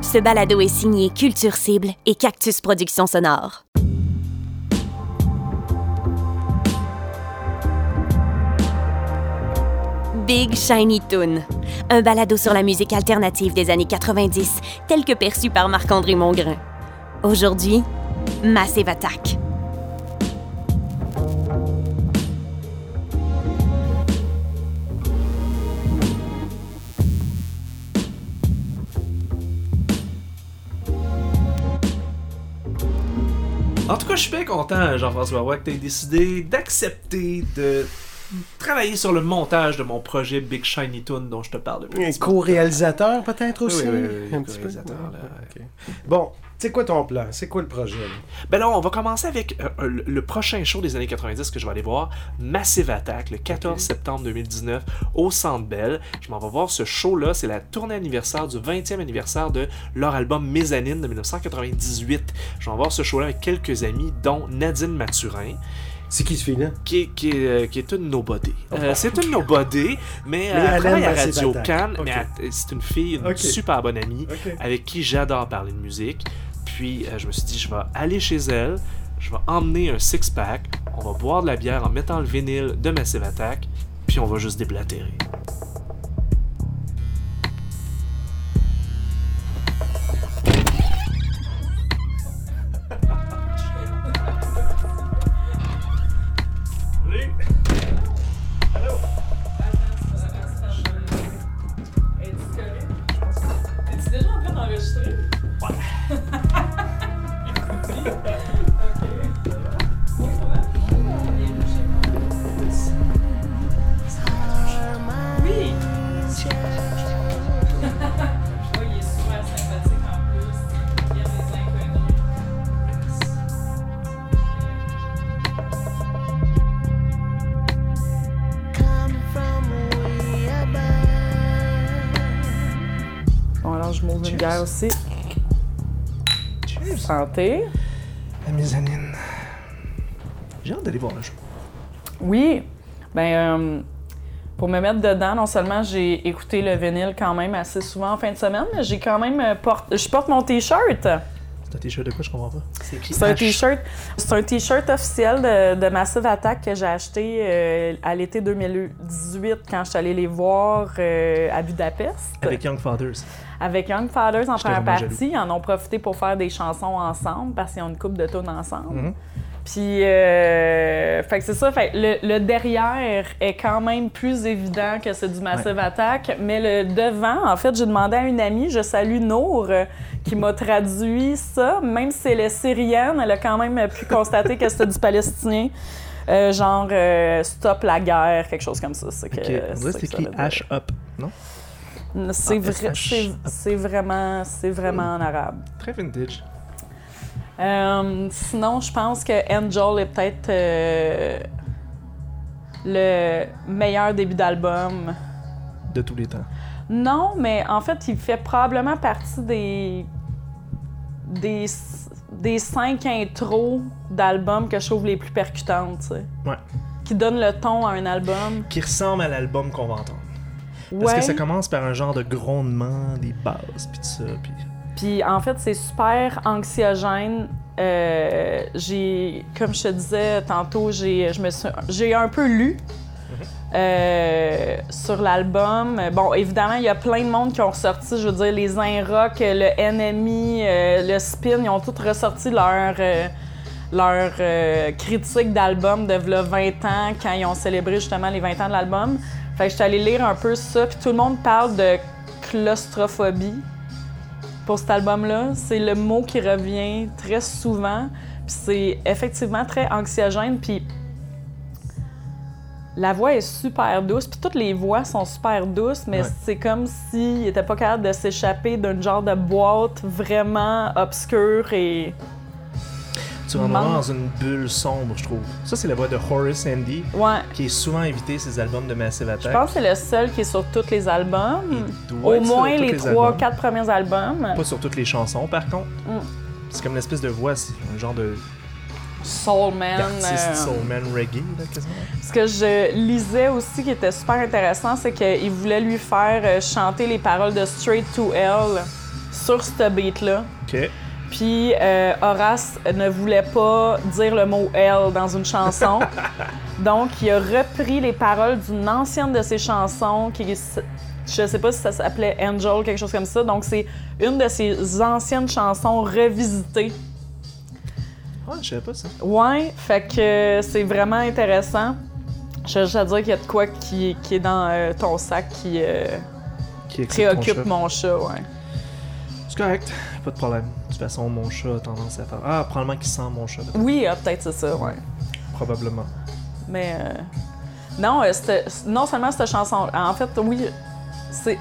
Ce balado est signé Culture Cible et Cactus Productions Sonores. Big Shiny Toon, un balado sur la musique alternative des années 90, tel que perçu par Marc-André Mongrain. Aujourd'hui, Massive Attack. En tout cas, je suis bien content, Jean-François Roy, que tu aies décidé d'accepter de travailler sur le montage de mon projet Big Shiny Toon dont je te parle depuis. Un co-réalisateur peut-être aussi? Oui, un petit peu. co-réalisateur, là. Okay. Bon, c'est quoi ton plan? C'est quoi le projet? Ben là, on va commencer avec le prochain show des années 90 que je vais aller voir, Massive Attack, le 14 septembre 2019 au Centre Bell. Je m'en vais voir ce show-là, c'est la tournée anniversaire du 20e anniversaire de leur album Mezzanine de 1998. Je vais voir ce show-là avec quelques amis, dont Nadine Mathurin. C'est qui ce fille-là? Qui est une nobody. C'est une nobody, mais elle travaille à Radio Cannes. Okay. Mais c'est une fille, une super bonne amie, avec qui j'adore parler de musique. Puis je me suis dit, je vais aller chez elle, je vais emmener un six-pack, on va boire de la bière en mettant le vinyle de Massive Attack, puis on va juste déblatérer. Je m'ouvre une bière aussi. Cheers. Santé. La mezzanine. J'ai hâte d'aller voir le show. Oui. Pour me mettre dedans, non seulement j'ai écouté le vinyle quand même assez souvent en fin de semaine, mais j'ai quand même je porte mon t-shirt. C'est un t-shirt de quoi? Je comprends pas. C'est un t-shirt. C'est un t-shirt officiel de Massive Attack que j'ai acheté à l'été 2018 quand je suis allée les voir à Budapest. Avec Young Fathers. Avec Young Fathers en première partie, jaloux. ils en ont profité pour faire des chansons ensemble parce qu'ils ont une couple de tunes ensemble. Mm-hmm. Puis, fait que c'est ça. Fait le derrière est quand même plus évident que c'est du Massive Attack, mais le devant, en fait, j'ai demandé à une amie, je salue Nour, qui m'a traduit ça. Même si elle est syrienne, elle a quand même pu constater que c'était du palestinien. Stop la guerre, quelque chose comme ça. C'est écrit Ash Up, non? C'est vraiment en arabe. Très vintage. Sinon, je pense que Angel est peut-être le meilleur début d'album. De tous les temps. Non, mais en fait, il fait probablement partie des 5 intros d'albums que je trouve les plus percutantes, tu sais. Ouais. Qui donnent le ton à un album. Qui ressemble à l'album qu'on va entendre. Parce que ça commence par un genre de grondement, des basses, puis tout ça, Puis en fait, c'est super anxiogène. Comme je te disais tantôt, j'ai un peu lu sur l'album. Bon, évidemment, il y a plein de monde qui ont ressorti, je veux dire, les Inrock, le NME, le Spin, ils ont tous ressorti leur critique d'album de v'là 20 ans quand ils ont célébré justement les 20 ans de l'album. Fait que je suis allée lire un peu ça, puis tout le monde parle de claustrophobie pour cet album-là. C'est le mot qui revient très souvent, puis c'est effectivement très anxiogène, puis la voix est super douce, puis toutes les voix sont super douces, mais c'est comme s'il n'était pas capable de s'échapper d'un genre de boîte vraiment obscure et... Tu rentres vraiment dans une bulle sombre, je trouve. Ça, c'est la voix de Horace Andy, qui est souvent invité ces albums de Massive Attack. Je pense que c'est le seul qui est sur tous les albums. Au moins les 3-4 premiers albums. Pas sur toutes les chansons, par contre. C'est comme une espèce de voix, c'est un genre de... Soulman. D'artiste soulman reggae, là, quasiment. Ce que je lisais aussi qui était super intéressant, c'est qu'il voulait lui faire chanter les paroles de Straight to Hell sur ce beat-là. OK. Puis Horace ne voulait pas dire le mot « L » dans une chanson. Donc, il a repris les paroles d'une ancienne de ses chansons, je sais pas si ça s'appelait « Angel », quelque chose comme ça. Donc, c'est une de ses anciennes chansons revisitées. Ouais, je savais pas ça. Ouais, fait que c'est vraiment intéressant. Je veux juste dire qu'il y a de quoi qui est dans ton sac qui préoccupe mon chat, ouais. C'est correct, pas de problème. De toute façon, mon chat a tendance à faire... Ah, probablement qu'il sent mon chat. Peut-être. Oui, peut-être c'est ça, ouais. Probablement. Mais non, non seulement cette chanson... En fait, oui, c'est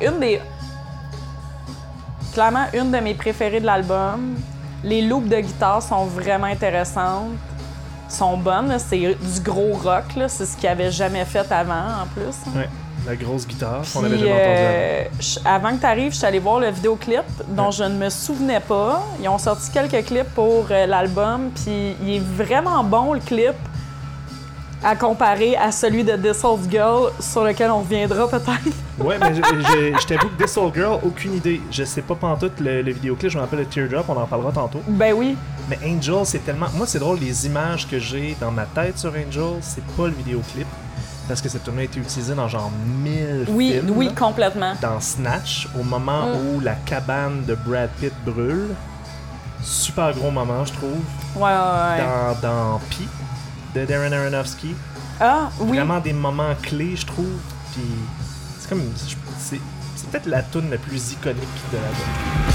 clairement une de mes préférées de l'album. Les loops de guitare sont vraiment intéressantes, sont bonnes. Là. C'est du gros rock, là. C'est ce qu'ils n'avaient jamais fait avant, en plus. Ouais, la grosse guitare Puis, qu'on avait jamais entendue avant. Avant que tu arrives, je suis allée voir le vidéoclip dont je ne me souvenais pas. Ils ont sorti quelques clips pour l'album, puis il est vraiment bon, le clip, à comparer à celui de This Old Girl, sur lequel on reviendra peut-être. Ouais, mais je t'avoue que This Old Girl, aucune idée. Je sais pas pantoute le vidéoclip, je me rappelle le Teardrop, on en parlera tantôt. Ben oui. Mais Angel, c'est tellement... Moi, c'est drôle, les images que j'ai dans ma tête sur Angel, c'est pas le vidéoclip. Parce que cette tune a été utilisée dans genre 1000 films. Oui, là. complètement. Dans Snatch, au moment où la cabane de Brad Pitt brûle. Super gros moment, je trouve. Ouais. Dans Pi, de Darren Aronofsky. Ah, oui. Vraiment des moments clés, je trouve. Puis c'est comme... C'est peut-être la tune la plus iconique de l'album.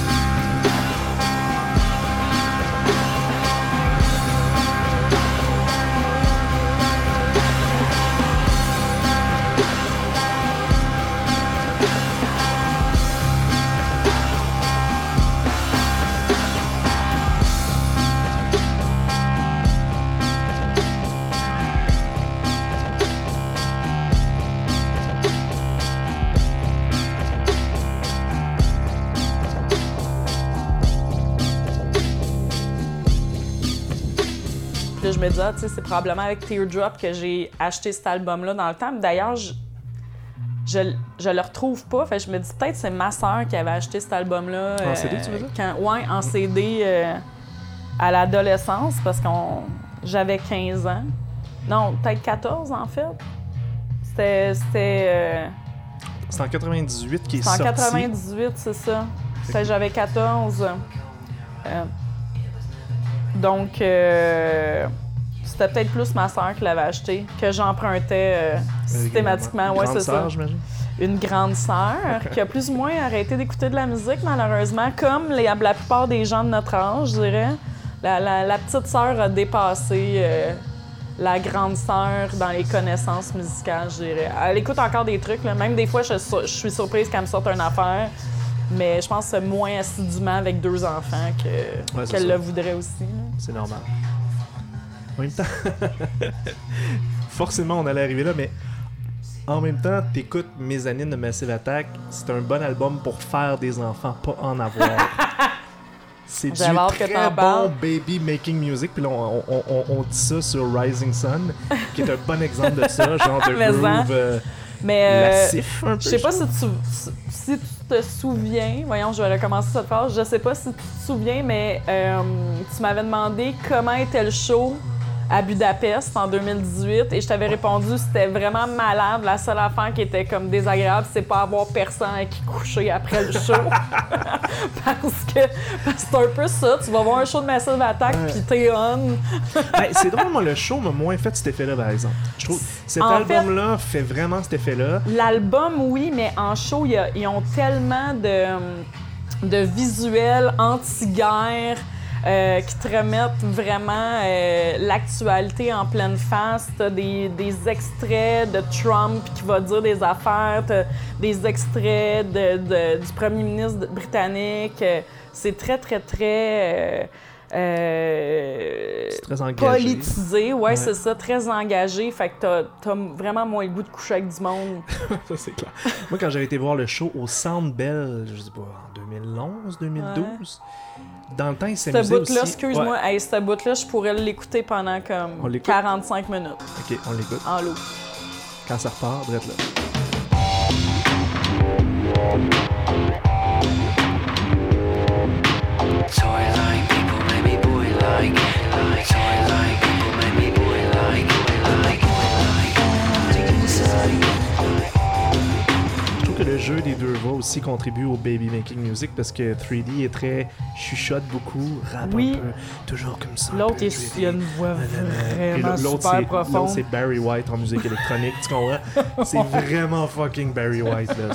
Je me disais, tu sais, c'est probablement avec Teardrop que j'ai acheté cet album-là dans le temps. D'ailleurs, je le retrouve pas. Fait que je me dis, peut-être c'est ma sœur qui avait acheté cet album-là. En CD, tu veux dire? Ouais, en CD à l'adolescence, parce que j'avais 15 ans. Non, peut-être 14 en fait. C'était C'est en 98 qu'il est c'est en sorti. 98, c'est ça. J'avais 14. Donc, c'était peut-être plus ma sœur qui l'avait acheté, que j'empruntais systématiquement. Ouais, c'est ça. J'imagine. Une grande sœur qui a plus ou moins arrêté d'écouter de la musique, malheureusement, comme la plupart des gens de notre âge, je dirais. La petite sœur a dépassé la grande sœur dans les connaissances musicales, je dirais. Elle écoute encore des trucs, là. Même des fois, je suis surprise qu'elle me sorte une affaire. Mais je pense que c'est moins assidûment avec 2 enfants qu'elle le voudrait aussi. Là. C'est normal. En même temps, forcément, on allait arriver là, mais en même temps, t'écoutes Mezzanine de Massive Attack, c'est un bon album pour faire des enfants, pas en avoir. C'est du très bon baby making music. Puis là, on dit ça sur Rising Sun, qui est un bon exemple de ça, genre de groove massif un peu. Je sais pas si tu te souviens, voyons, je vais recommencer cette phrase. Je sais pas si tu te souviens, mais tu m'avais demandé comment était le show à Budapest en 2018 et je t'avais répondu c'était vraiment malade. La seule affaire qui était comme désagréable, c'est pas avoir personne avec qui coucher après le show. parce que c'est un peu ça. Tu vas voir un show de Massive Attack puis t'es on. Ben, c'est drôle, moi, le show m'a moins fait cet effet-là, par exemple. Je trouve cet album-là fait vraiment cet effet-là. L'album, oui, mais en show, ils ont tellement de visuels anti-guerre. Qui te remettent vraiment l'actualité en pleine face. T'as des extraits de Trump qui va dire des affaires, t'as des extraits du premier ministre britannique. C'est très, très, très... c'est très engagé. Politisé, ouais, c'est ça, très engagé. Fait que t'as vraiment moins le goût de coucher avec du monde. Ça, c'est clair. Moi, quand j'avais été voir le show au Sound Bell, je sais pas, en 2011, 2012... Dans le temps, il s'amusait aussi... Excuse-moi, ce bout-là, je pourrais l'écouter pendant comme 45 minutes. OK, on l'écoute. En loop. Quand ça repart, drette là. le jeu des deux voix aussi contribue au baby making music parce que 3D est très chuchote beaucoup, rappe Oui. un peu, toujours comme ça. L'autre, un peu il a une voix Puis vraiment super L'autre, profonde. c'est Barry White en musique électronique, tu comprends? C'est vraiment fucking Barry White, là.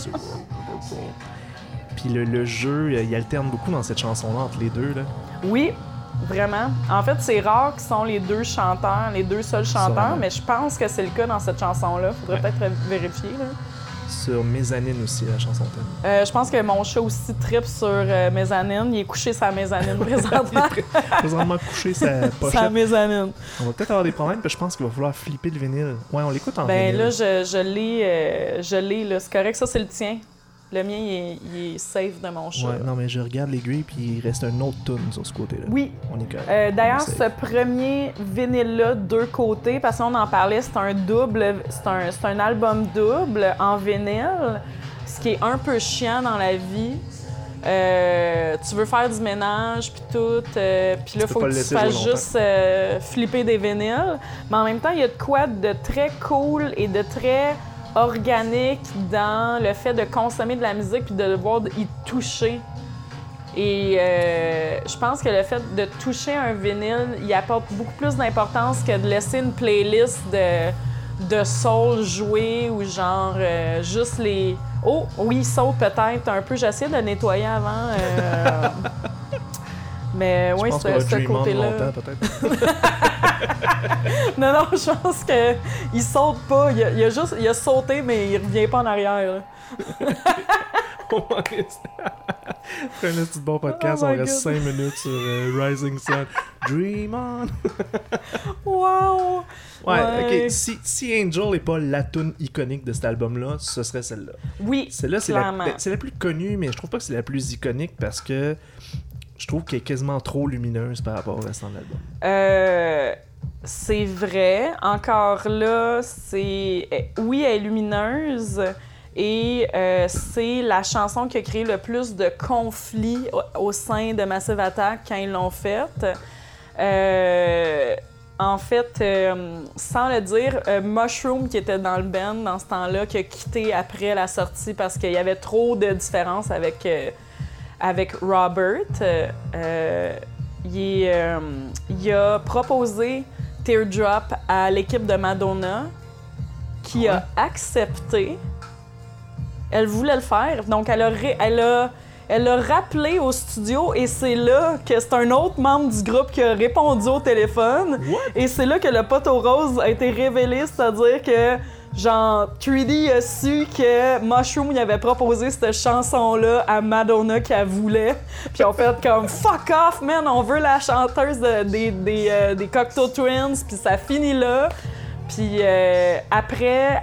Puis le jeu, il alterne beaucoup dans cette chanson-là entre les deux, là. Oui, vraiment. En fait, c'est rare qu'ils sont les deux chanteurs, les deux seuls chanteurs, Ça, mais je pense que c'est le cas dans cette chanson-là. Faudrait peut-être vérifier, là. Sur Mezzanine aussi, la chanson thème. Je pense que mon chat aussi tripe sur Mezzanine. Il est couché sa mezzanine présentement. Présentement couché sa Sa pochette. mezzanine. On va peut-être avoir des problèmes, puis je pense qu'il va falloir flipper le vinyle. Ouais, on l'écoute en Ben vinyle. là, je l'ai, là. C'est correct, ça, c'est le tien. Le mien, il est safe de mon chat. Ouais, non, mais je regarde l'aiguille, puis il reste un autre tune sur ce côté-là. Oui. On est correct. D'ailleurs, On est ce safe. premier vinyle-là, deux côtés, parce qu'on en parlait, c'est un double, c'est un album double en vinyle, ce qui est un peu chiant dans la vie. Tu veux faire du ménage, puis tout, puis là, il peux faut pas que le tu laisser fasses jouer juste flipper des vinyles. Mais en même temps, il y a de quoi de très cool et de très organique dans le fait de consommer de la musique puis de devoir y toucher. Et je pense que le fait de toucher un vinyle, il apporte beaucoup plus d'importance que de laisser une playlist de soul jouer ou genre juste les... Oh, oui, soul peut-être un peu. J'ai essayé de nettoyer avant. Mais oui, Je pense qu'on va ce dream on côté-là... longtemps, peut-être. Non, je pense qu'il saute pas. Il a sauté, mais il revient pas en arrière. Là. Après un petit bon podcast, Oh on my reste God. 5 minutes sur Rising Sun. Dream on! Wow! Ouais, ok. Si Angel n'est pas la tune iconique de cet album-là, ce serait celle-là. Oui, Celle-là, clairement. c'est la plus connue, mais je trouve pas que c'est la plus iconique parce que je trouve qu'elle est quasiment trop lumineuse par rapport au restant de l'album. C'est vrai. Encore là, c'est... Oui, elle est lumineuse. Et c'est la chanson qui a créé le plus de conflits au sein de Massive Attack quand ils l'ont faite. En fait, sans le dire, Mushroom, qui était dans le band dans ce temps-là, qui a quitté après la sortie parce qu'il y avait trop de différences avec Robert, il a proposé Teardrop à l'équipe de Madonna, qui a accepté. Elle voulait le faire, donc elle a rappelé au studio et c'est là que c'est un autre membre du groupe qui a répondu au téléphone. What? Et c'est là que le poteau rose a été révélé, c'est-à-dire que genre 3D a su que Mushroom il avait proposé cette chanson-là à Madonna qu'elle voulait. Puis on fait comme fuck off man, on veut la chanteuse des Cocteau Twins, puis ça finit là. Puis après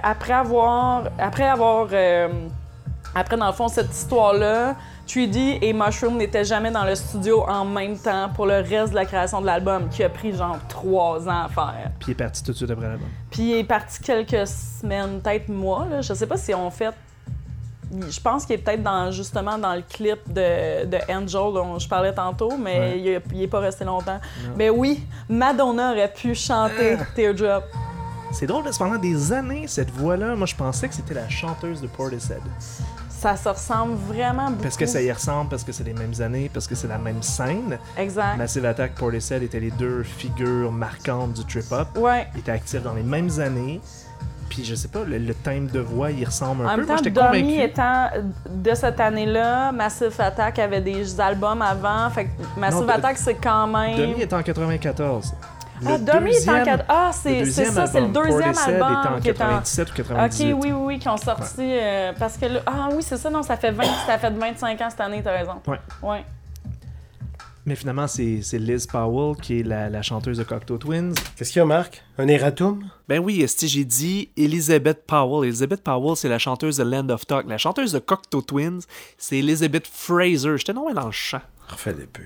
dans le fond cette histoire-là, 3D et Mushroom n'étaient jamais dans le studio en même temps pour le reste de la création de l'album, qui a pris genre 3 ans à faire. Puis il est parti tout de suite après l'album. Puis il est parti quelques semaines, peut-être mois, là. Je sais pas si on fait... Je pense qu'il est peut-être justement dans le clip de Angel dont je parlais tantôt, mais Ouais. il est pas resté longtemps. Non. Mais oui, Madonna aurait pu chanter Teardrop. C'est drôle, parce que pendant des années, cette voix-là, moi je pensais que c'était la chanteuse de Portishead. Ça se ressemble vraiment beaucoup. Parce que ça y ressemble, parce que c'est les mêmes années, parce que c'est la même scène. Exact. Massive Attack, Portishead étaient les deux figures marquantes du trip-hop. Ouais. Ils étaient actifs dans les mêmes années. Puis je sais pas, le thème de voix, il ressemble un En peu. même Moi, temps, j'étais Dummy convaincu. étant de cette année-là, Massive Attack avait des albums avant. Fait que Massive Non, Attack, c'est quand même... Dummy est en 94. Ah, Dummy est en 4... Ah, c'est ça, c'est le deuxième Portishead album était en qui est en... 97 ou 98. OK, oui, qui ont sorti... parce que là... Ah oui, c'est ça, non, ça fait 25 ans cette année, t'as raison. Ouais. Mais finalement, c'est Liz Powell qui est la chanteuse de Cocteau Twins. Qu'est-ce qu'il y a, Marc? Un erratum? Ben oui, j'ai dit Elizabeth Powell. Elizabeth Powell, c'est la chanteuse de Land of Talk. La chanteuse de Cocteau Twins, c'est Elizabeth Fraser. J'étais non dans le chant. Refais-les peu.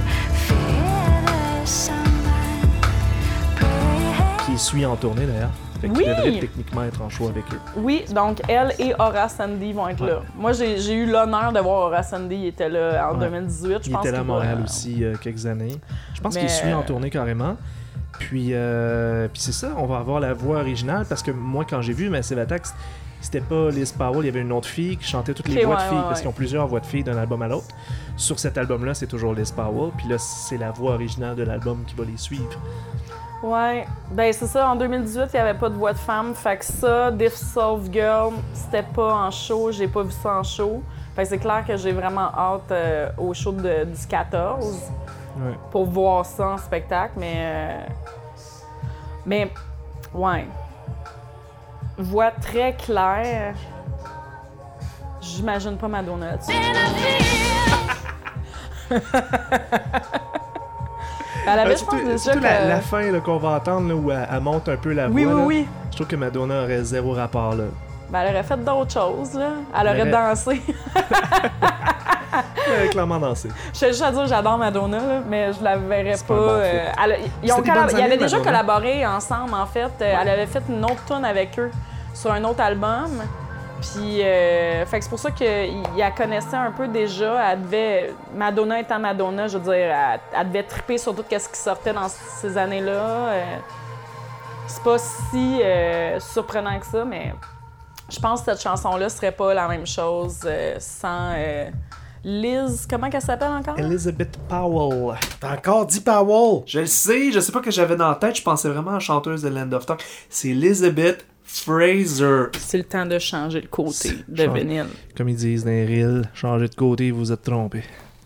Qui suit en tournée d'ailleurs. Fait qu'il devrait techniquement être en show avec eux. Oui, donc elle et Horace Andy vont être là. Moi, j'ai eu l'honneur de voir Horace Andy, il était là en 2018, je pense. Il était là à Montréal aussi il y a quelques années. Je pense qu'il suit en tournée carrément. Puis c'est ça, on va avoir la voix originale parce que moi, quand j'ai vu Massive Attack, c'était pas Liz Powell, il y avait une autre fille qui chantait toutes les voix de filles parce qu'ils ont plusieurs voix de filles d'un album à l'autre. Sur cet album-là, c'est toujours Liz Powell, puis là, c'est la voix originale de l'album qui va les suivre. Ouais, ben c'est ça, en 2018, il n'y avait pas de voix de femme, fait que ça, Diff Solve Girl, c'était pas en show, j'ai pas vu ça en show. Fait que c'est clair que j'ai vraiment hâte au show du 14 pour voir ça en spectacle, mais ouais. Voix très claire. J'imagine pas Madonna là-dessus. Elle avait, je pense, déjà surtout la fin là, qu'on va entendre, là, où elle monte un peu la voix. Oui. Je trouve que Madonna aurait zéro rapport, là. Ben, elle aurait fait d'autres choses, là. Elle aurait dansé. Elle aurait clairement dansé. Je suis juste à dire j'adore Madonna, là, mais je la verrais c'est pas. Bon ils avaient déjà Madonna. collaboré ensemble, en fait. Elle avait fait une autre tune avec eux sur un autre album. Puis, fait que c'est pour ça qu'il la connaissait un peu déjà. Elle devait, Madonna étant Madonna, je veux dire, elle devait triper sur tout ce qui sortait dans ces années-là. C'est pas si surprenant que ça, mais je pense que cette chanson-là serait pas la même chose sans Liz. Comment qu'elle s'appelle encore? Elizabeth Powell. T'as encore dit Powell! Je le sais, je sais pas que j'avais dans la tête, je pensais vraiment à la chanteuse de Land of Talk. C'est Elizabeth Fraser. C'est le temps de changer le côté de vinyle. Comme ils disent dans les reels, changez de côté, vous êtes trompé.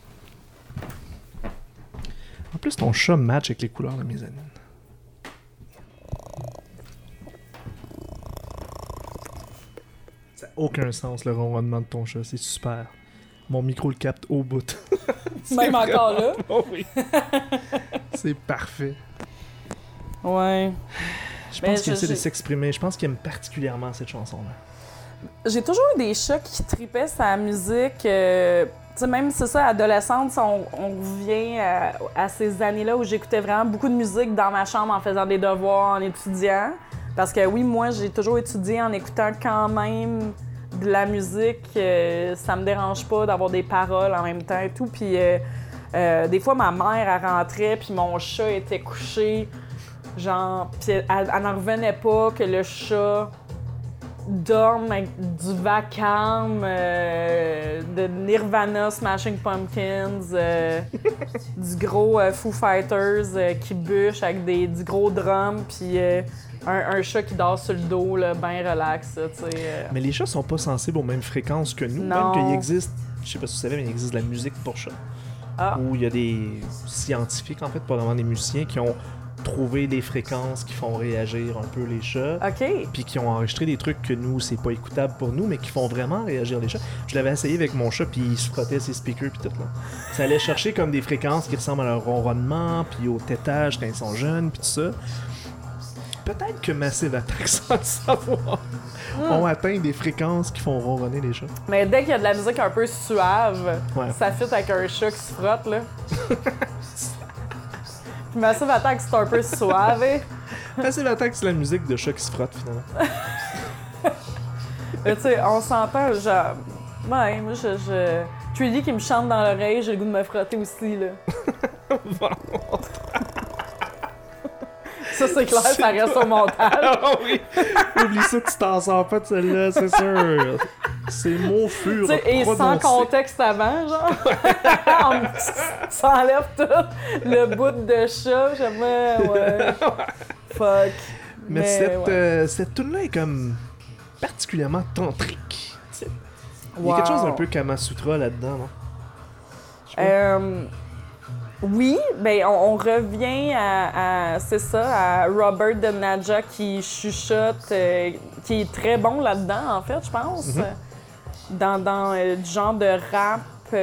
En plus, ton chat match avec les couleurs de mes amis. Ça n'a aucun sens, le ronronnement de ton chat. C'est super. Mon micro le capte au bout. Même encore là? Oh oui. C'est parfait. Ouais. Je pense qu'il essaie de s'exprimer. Je pense qu'il aime particulièrement cette chanson-là. J'ai toujours eu des chats qui tripaient sa musique. Tu sais, même c'est ça, adolescente, on revient à ces années-là où j'écoutais vraiment beaucoup de musique dans ma chambre en faisant des devoirs, en étudiant. Parce que oui, moi, j'ai toujours étudié en écoutant quand même de la musique. Ça me dérange pas d'avoir des paroles en même temps et tout. Puis des fois, ma mère, elle rentrait, puis mon chat était couché. Genre, pis elle n'en revenait pas que le chat dorme avec du Vacarme, de Nirvana, Smashing Pumpkins, du gros Foo Fighters qui bûche avec du gros drum, puis un chat qui dort sur le dos, là, ben relax, tu sais. Mais les chats sont pas sensibles aux mêmes fréquences que nous. Non. Même qu'il existe, je sais pas si vous savez, mais il existe de la musique pour chats. Où il y a des scientifiques, en fait, pas vraiment des musiciens, qui ont trouver des fréquences qui font réagir un peu les chats. OK. Puis qui ont enregistré des trucs que nous, c'est pas écoutable pour nous, mais qui font vraiment réagir les chats. Je l'avais essayé avec mon chat, puis il se frottait ses speakers, puis tout là. Ça allait chercher comme des fréquences qui ressemblent à leur ronronnement, puis au tétage quand ils sont jeunes, puis tout ça. Peut-être que Massive Attack, sans le savoir, ont atteint des fréquences qui font ronronner les chats. Mais dès qu'il y a de la musique un peu suave, ça fit avec un chat qui se frotte, là. Puis Massive Attack, c'est un peu suave. Massive Attack, c'est la musique de chat qui se frotte, finalement. Tu sais, on s'entend, genre... Ouais, moi, je... Trudy qui me chante dans l'oreille, j'ai le goût de me frotter aussi, là. Ça, c'est clair, ça reste au montage. Ah oui! Oublie ça, tu t'en sors pas de celle-là, c'est sûr. Ces mots furent et sans contexte avant, genre. On s'enlève tout le bout de chat, jamais, ouais. Fuck. Mais cette tune-là est comme particulièrement tantrique. Il y a quelque chose d'un peu Kama Sutra là-dedans, non? Oui, ben on revient à c'est ça, à Robert de Nadja qui chuchote, qui est très bon là-dedans, en fait, je pense. Dans du genre de rap.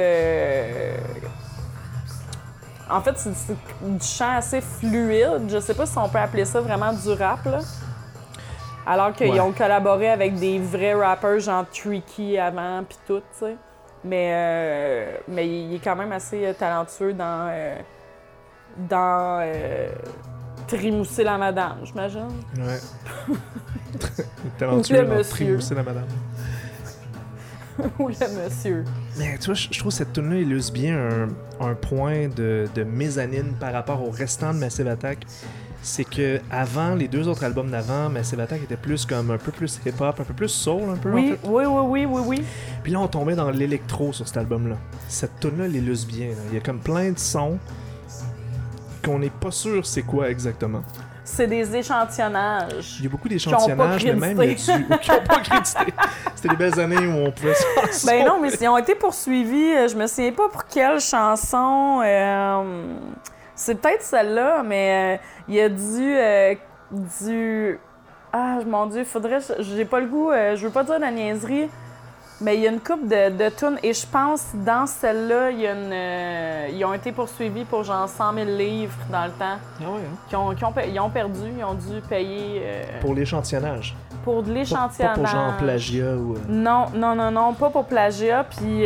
En fait, c'est du chant assez fluide. Je sais pas si on peut appeler ça vraiment du rap, là. Alors qu'ils ont collaboré avec des vrais rappers, genre Tricky avant, pis tout, tu sais. Mais il est quand même assez talentueux dans Trimousser la madame, j'imagine. Ouais. Tellement Ou tué le dans monsieur. Trimousser la madame. Ou le monsieur. Mais tu vois, je trouve que cette tune-là illustre bien un point de mezzanine par rapport au restant de Massive Attack. C'est que avant les deux autres albums d'avant, Massive Attack était plus comme un peu plus hip-hop, un peu plus soul, un peu Oui, en fait. oui. Puis là, on tombait dans l'électro sur cet album-là. Cette tune-là l'illustre bien. Là. Il y a comme plein de sons qu'on n'est pas sûr c'est quoi exactement. C'est des échantillonnages. Il y a beaucoup Qui d'échantillonnages, mais ont pas même il y a qui n'ont pas crédité. C'était des belles années où on pouvait se Ben non, mais ils ont été poursuivis. Je me souviens pas pour quelle chanson. C'est peut-être celle-là, mais il y a du... Ah, mon Dieu, faudrait... J'ai pas le goût... je veux pas dire de la niaiserie, mais il y a une couple de tunes. Et je pense, dans celle-là, il y a une... ils ont été poursuivis pour genre 100 000 livres dans le temps. Ah ouais, hein? Ils ont perdu. Ils ont dû payer... Pour l'échantillonnage. pour de Pas l'échantillonnage. pour genre plagiat ou... Non, pas pour plagiat.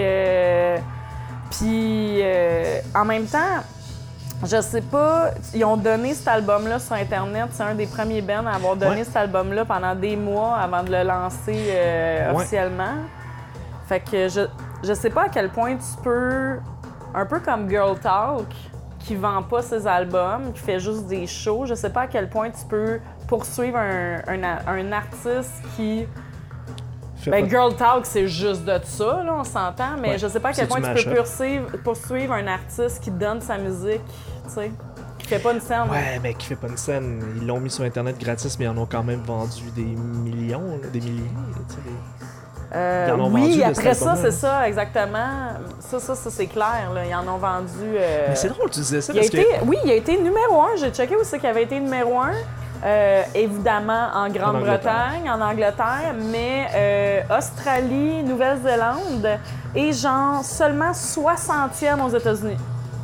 Puis en même temps, je sais pas, ils ont donné cet album-là sur Internet. C'est un des premiers bands à avoir donné cet album-là pendant des mois avant de le lancer officiellement. Fait que je sais pas à quel point tu peux, un peu comme Girl Talk, qui vend pas ses albums, qui fait juste des shows, je sais pas à quel point tu peux poursuivre un artiste qui... Ben, Girl Talk, c'est juste de ça, là, on s'entend, mais je sais pas à quel point tu peux poursuivre un artiste qui donne sa musique, tu sais, qui fait pas une scène. Ouais, mais qui fait pas une scène. Ils l'ont mis sur Internet gratis, mais ils en ont quand même vendu des millions, là, des milliers, tu sais. Ils en ont vendu après ça, c'est ça, exactement. Ça, c'est clair, là, ils en ont vendu... Mais c'est drôle, tu disais ça, Oui, il a été numéro 1. J'ai checké aussi qu'il avait été numéro 1. Évidemment en Grande-Bretagne, en Angleterre, mais Australie, Nouvelle-Zélande et genre seulement 60e aux États-Unis.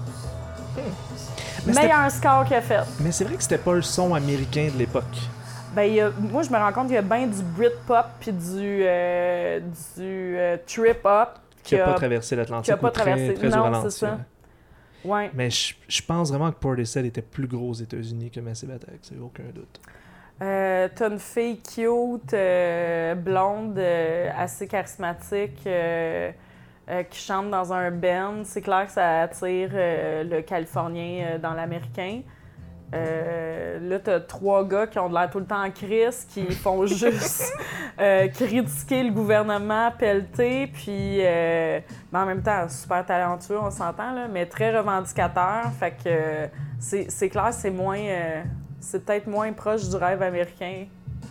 Meilleur score qu'il a fait. Mais c'est vrai que c'était pas le son américain de l'époque. Ben, moi, je me rends compte qu'il y a bien du Britpop puis du trip-hop qui a pas traversé l'Atlantique. Qui a pas traversé. Non, c'est ça. Ouais. Mais je pense vraiment que Portishead était plus gros aux États-Unis que Massive Attack, c'est aucun doute. T'as une fille cute, blonde, assez charismatique, qui chante dans un band. C'est clair que ça attire le Californien dans l'Américain. Là, t'as 3 gars qui ont de l'air tout le temps en crise, qui font juste critiquer le gouvernement pelleté, puis mais en même temps, super talentueux, on s'entend, là, mais très revendicateur. Fait que c'est clair, c'est moins... c'est peut-être moins proche du rêve américain.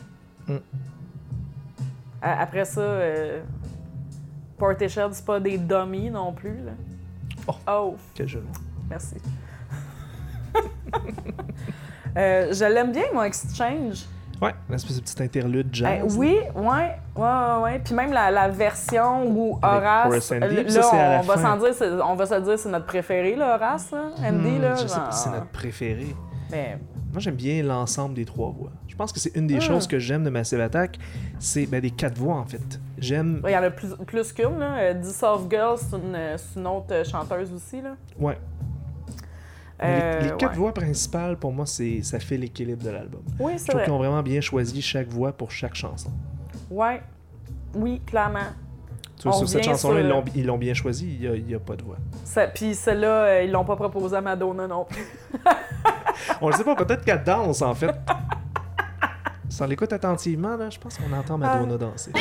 Après ça, Portishead, c'est pas des dummies non plus, là. Oh! Quel jeu. Merci. Je l'aime bien, moi, Exchange. Ouais, l'espèce de petit interlude jazz. Oui, ouais. Puis même la version où Horace... Là, on va se dire c'est notre préféré, là, Horace, là. Andy, là. Je sais pas si c'est notre préféré. Mais... Moi, j'aime bien l'ensemble des 3 voix. Je pense que c'est une des choses que j'aime de Massive Attack, c'est des 4 voix, en fait. J'aime... Il y en a plus qu'une, là. Dissolve Girl, c'est une autre chanteuse aussi, là. Ouais. Les 4 voix principales, pour moi, ça fait l'équilibre de l'album. Oui, c'est vrai. Je trouve qu'ils ont vraiment bien choisi chaque voix pour chaque chanson. Ouais. Oui, clairement. Tu vois, sur cette chanson-là, ils l'ont bien choisi, il n'y a pas de voix. Puis celle-là, ils l'ont pas proposé à Madonna non plus. On le sait pas, peut-être qu'elle danse, en fait. Si on l'écoute attentivement, là, je pense qu'on entend Madonna danser.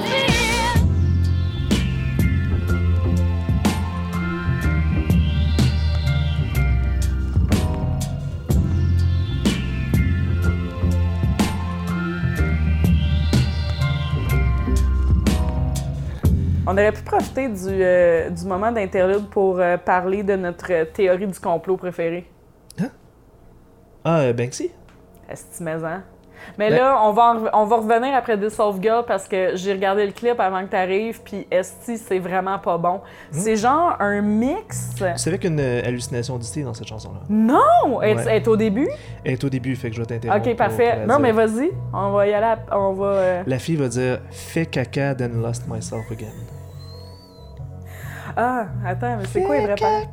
On aurait pu profiter du moment d'interlude pour parler de notre théorie du complot préférée. Hein? Ah, Banksy? Estimez-en. Mais là, on va revenir après Dissolve Girl parce que j'ai regardé le clip avant que tu arrives, puis esti, c'est vraiment pas bon. C'est genre un mix. Tu savais qu'une hallucination auditive dans cette chanson-là? Non! Elle est au début? Elle est au début, fait que je vais t'interrompre. Ok, parfait. Non, mais vas-y, on va y aller. La fille va dire « Fais caca, then lost myself again ». Ah, attends, mais c'est quoi les vrais paroles?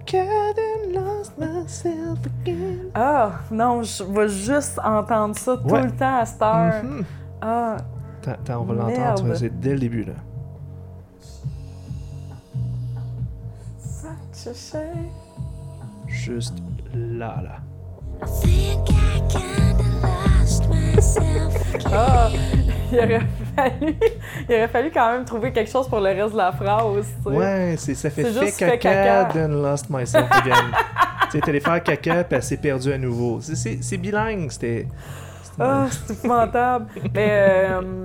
Ah, non, je vais juste entendre ça tout Ouais. le temps à cette heure. Mhm. Ah, Attends, on va Merde. l'entendre, c'est dès le début, là. such a shame. Juste là. Ah, il aurait fallu quand même trouver quelque chose pour le reste de la phrase, tu sais. Ouais, ça fait C'est fait juste fait caca, caca. then lost myself again. Tu sais, t'es allé faire caca, puis elle s'est perdue à nouveau. C'est bilingue, c'était... Ah, c'est épouvantable. Mais,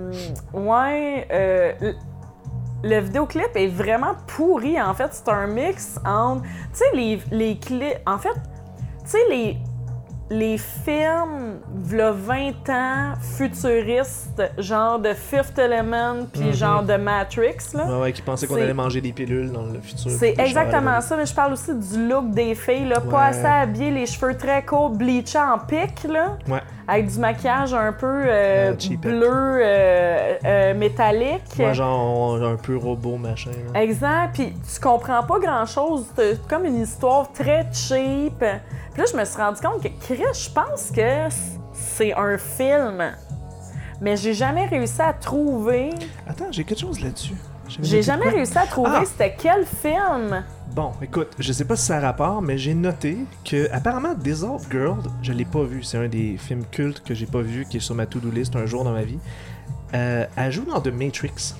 le vidéoclip est vraiment pourri. En fait, c'est un mix entre... Tu sais, les clips... En fait, tu sais, les films, v'là 20 ans, futuristes, genre de Fifth Element, puis genre de Matrix, là. Ouais, qui pensait qu'on C'est- allait manger des pilules dans le futur. C'est puis exactement genre, ça, mais je parle aussi du look des filles, là, Ouais. pas assez habillées, les cheveux très courts, bleachés en pic, là, Ouais. avec du maquillage un peu cheapette. bleu métallique. Ouais, genre un peu robot, machin. là. Exact, puis tu comprends pas grand-chose, c'est comme une histoire très cheap. Puis là, je me suis rendu compte que, Chris, je pense que c'est un film, mais j'ai jamais réussi à trouver... Attends, j'ai quelque chose là-dessus. J'avais J'ai noté jamais quoi? réussi à trouver Ah! c'était quel film. Bon, écoute, je sais pas si ça a rapport, mais j'ai noté que apparemment Dissolve Girl, je l'ai pas vu. C'est un des films cultes que j'ai pas vu, qui est sur ma to-do list un jour dans ma vie. Elle joue dans The Matrix.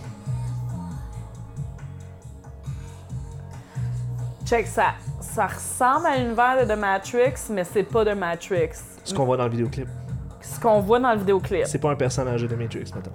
Check, ça ressemble à l'univers de The Matrix, mais c'est pas The Matrix. Ce qu'on voit dans le vidéoclip. Ce qu'on voit dans le vidéoclip. C'est pas un personnage de The Matrix, mettons.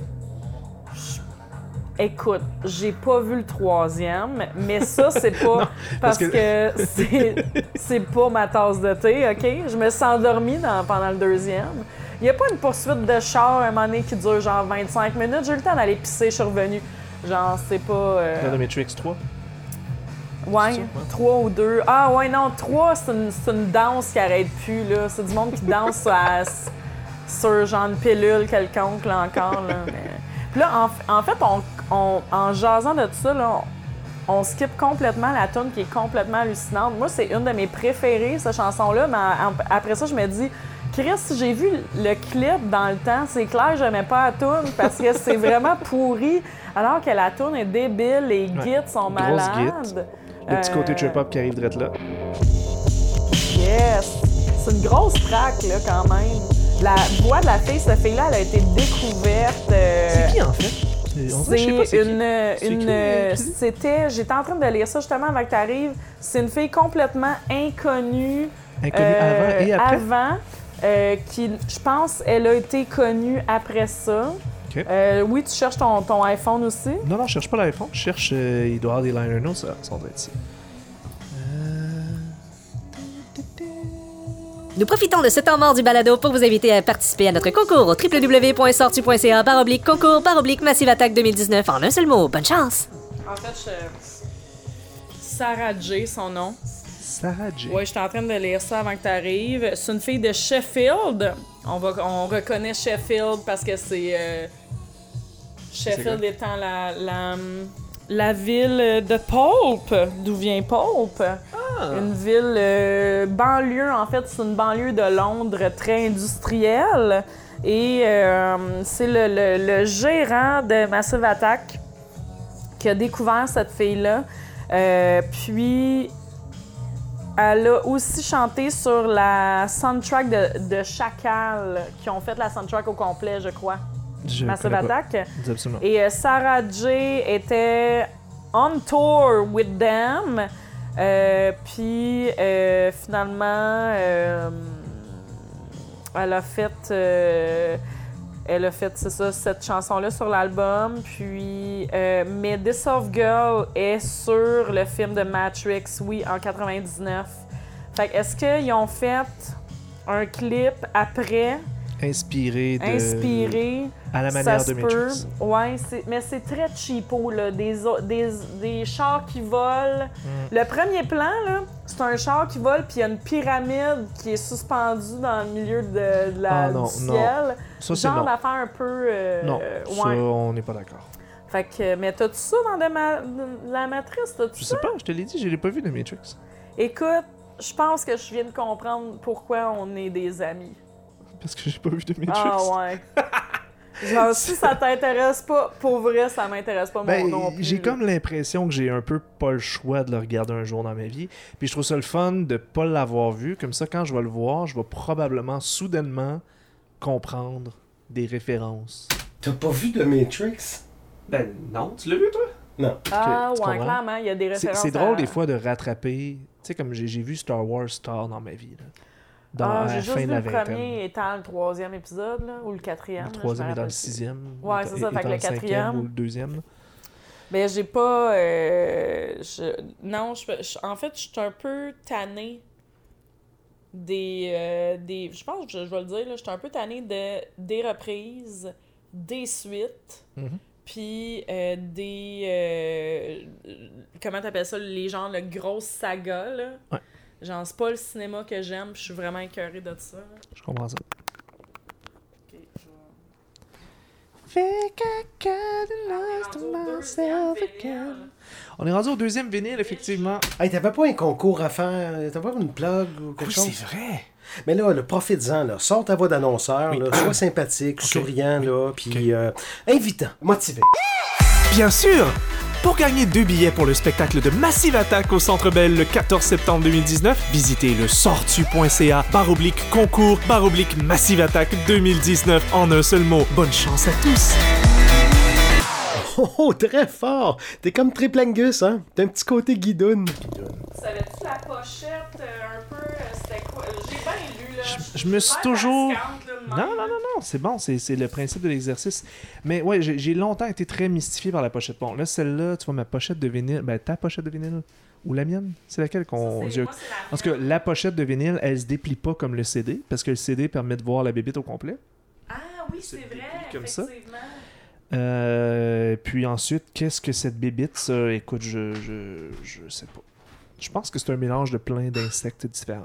Écoute, j'ai pas vu le troisième, mais ça, c'est pas parce parce que c'est pas ma tasse de thé, OK? Je me suis endormie pendant le deuxième. Il y a pas une poursuite de char à un moment donné qui dure genre 25 minutes. J'ai eu le temps d'aller pisser, je suis revenue. Genre, c'est pas... Dans The Matrix 3. Ouais, C'est ça, ouais. 3 ou 2. Ah ouais, non, 3, c'est une danse qui arrête plus, là. C'est du monde qui danse sur genre une pilule quelconque, là, encore, là. Mais... Puis là, en fait, en jasant de tout ça, là, on skip complètement la tune qui est complètement hallucinante. Moi, c'est une de mes préférées, cette chanson-là, mais après ça, je me dis... Chris, j'ai vu le clip dans le temps, c'est clair, j'aimais pas la toune parce que c'est vraiment pourri, alors que la toune est débile, les guides sont Grosse malades. guide. Le petit côté trip-hop qui arrive direct là. Yes! C'est une grosse track, là, quand même. La voix de la fille, cette fille-là, elle a été découverte. C'est qui en fait? On dirait, je sais pas c'est qui. C'était... J'étais en train de lire ça justement avant que tu arrives. C'est une fille complètement inconnue. Inconnue avant et après? Qui, je pense, elle a été connue après ça. Ok. Oui, tu cherches ton iPhone aussi? Non, je cherche pas l'iPhone. Je cherche... il doit y avoir des liner notes, ça doit être ici. Nous profitons de ce temps mort du balado pour vous inviter à participer à notre concours au www.sortu.ca/concours/Massive Attack 2019 en un seul mot. Bonne chance! En fait, Sarah J, son nom. Sarah J. Oui, j'étais en train de lire ça avant que tu arrives. C'est une fille de Sheffield. On reconnaît Sheffield parce que c'est... Sheffield étant la ville de Pulp, d'où vient Pulp. Une ville banlieue, en fait, c'est une banlieue de Londres très industrielle. Et c'est le gérant de Massive Attack qui a découvert cette fille-là. Puis... Elle a aussi chanté sur la soundtrack de Chacal, qui ont fait la soundtrack au complet, je crois. Massive connais pas. Attack. Dis absolument. Et Sarah J était on tour with them. Puis finalement, elle a fait c'est ça, cette chanson-là sur l'album. Puis, mais Dissolve Girl est sur le film de Matrix, oui, en 99. Fait que est-ce qu'ils ont fait un clip après, Inspiré à la ça manière se de peut. Matrix. Ouais, mais c'est très cheapo, là. Des chars qui volent. Le premier plan, là, c'est un char qui vole, puis il y a une pyramide qui est suspendue dans le milieu du ciel. Ça, c'est Genre non. d'affaire un peu... Non, ça, ouais. on n'est pas d'accord. Fait que, mais t'as-tu ça dans la matrice? T'as-tu Je ça? sais pas, je te l'ai dit, je l'ai pas vu, The Matrix. Écoute, je pense que je viens de comprendre pourquoi on est des amis. Parce que j'ai pas vu The Matrix. Ah ouais. Genre, si ça t'intéresse pas, pour vrai, ça m'intéresse pas non plus. J'ai là. comme l'impression que j'ai un peu pas le choix de le regarder un jour dans ma vie. Puis je trouve ça le fun de pas l'avoir vu. Comme ça, quand je vais le voir, je vais probablement, soudainement, comprendre des références. T'as pas vu de Matrix? Ben non, tu l'as vu toi? Non. Ah Tu ouais, comprends? clairement, il y a des références. C'est drôle à- des fois de rattraper. Tu sais, comme j'ai vu Star Wars tard dans ma vie. Là. Dans Ah, à j'ai la juste fin vu de la le vingtaine. premier étant le 3e épisode, là, ou le 4e. Le là, troisième je et me dans le rappelle 6e. Ouais, c'est ça, fait que le 4e. Ou le 2e. Ben, j'ai pas. Non, en fait, je suis un peu tannée des. Je pense que je vais le dire, là, je suis un peu tannée des reprises, des suites, Mhm. puis des. Comment t'appelles ça? Les genres, le grosse saga, là. Ouais. Genre, c'est pas le cinéma que j'aime, puis je suis vraiment écœurée de ça. Là. Je comprends ça. Ok, je vais- On est rendu au deuxième vinyle, effectivement. Hey, t'avais pas un concours à faire? T'avais pas une plug ou quelque chose? C'est vrai. Mais là, profites-en, là. Sors ta voix d'annonceur, Oui. là. Sois sympathique, souriant, là, puis Ok. invitant, motivé. Bien sûr! Pour gagner 2 billets pour le spectacle de Massive Attack au Centre Bell le 14 septembre 2019, visitez le sortu.ca/concours Massive Attack 2019 en un seul mot. Bonne chance à tous! Oh, très fort! T'es comme Triple Angus, hein? T'as un petit côté guidoune. Savais-tu la pochette un peu? C'était quoi? J'ai bien lu, là. Je me suis suis toujours- fatigante, là, de même. Non, c'est bon, c'est le principe de l'exercice. Mais ouais, j'ai longtemps été très mystifié par la pochette. Bon, là, celle-là, tu vois, ma pochette de vinyle, ben ta pochette de vinyle, ou la mienne, c'est laquelle qu'on... Moi, c'est la Parce que la pochette de vinyle, elle se déplie pas comme le CD, parce que le CD permet de voir la bébite au complet. Ah oui, c'est vrai, comme ça. effectivement. Puis ensuite, qu'est-ce que cette bébite, ça? Écoute, je sais pas. Je pense que c'est un mélange de plein d'insectes différents.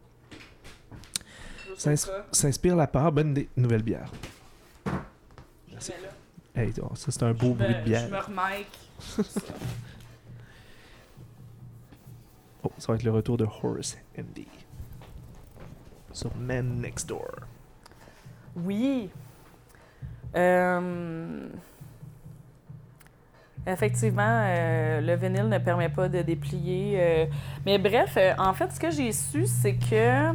S'inspire la part, bonne idée. Nouvelle bière. Merci. Hey, oh, ça c'est un beau bruit de bière. Je me remake. Oh, ça va être le retour de Horace Andy. Sur Man Next Door. Oui. Effectivement, le vinyle ne permet pas de déplier. Mais bref, en fait, ce que j'ai su, c'est que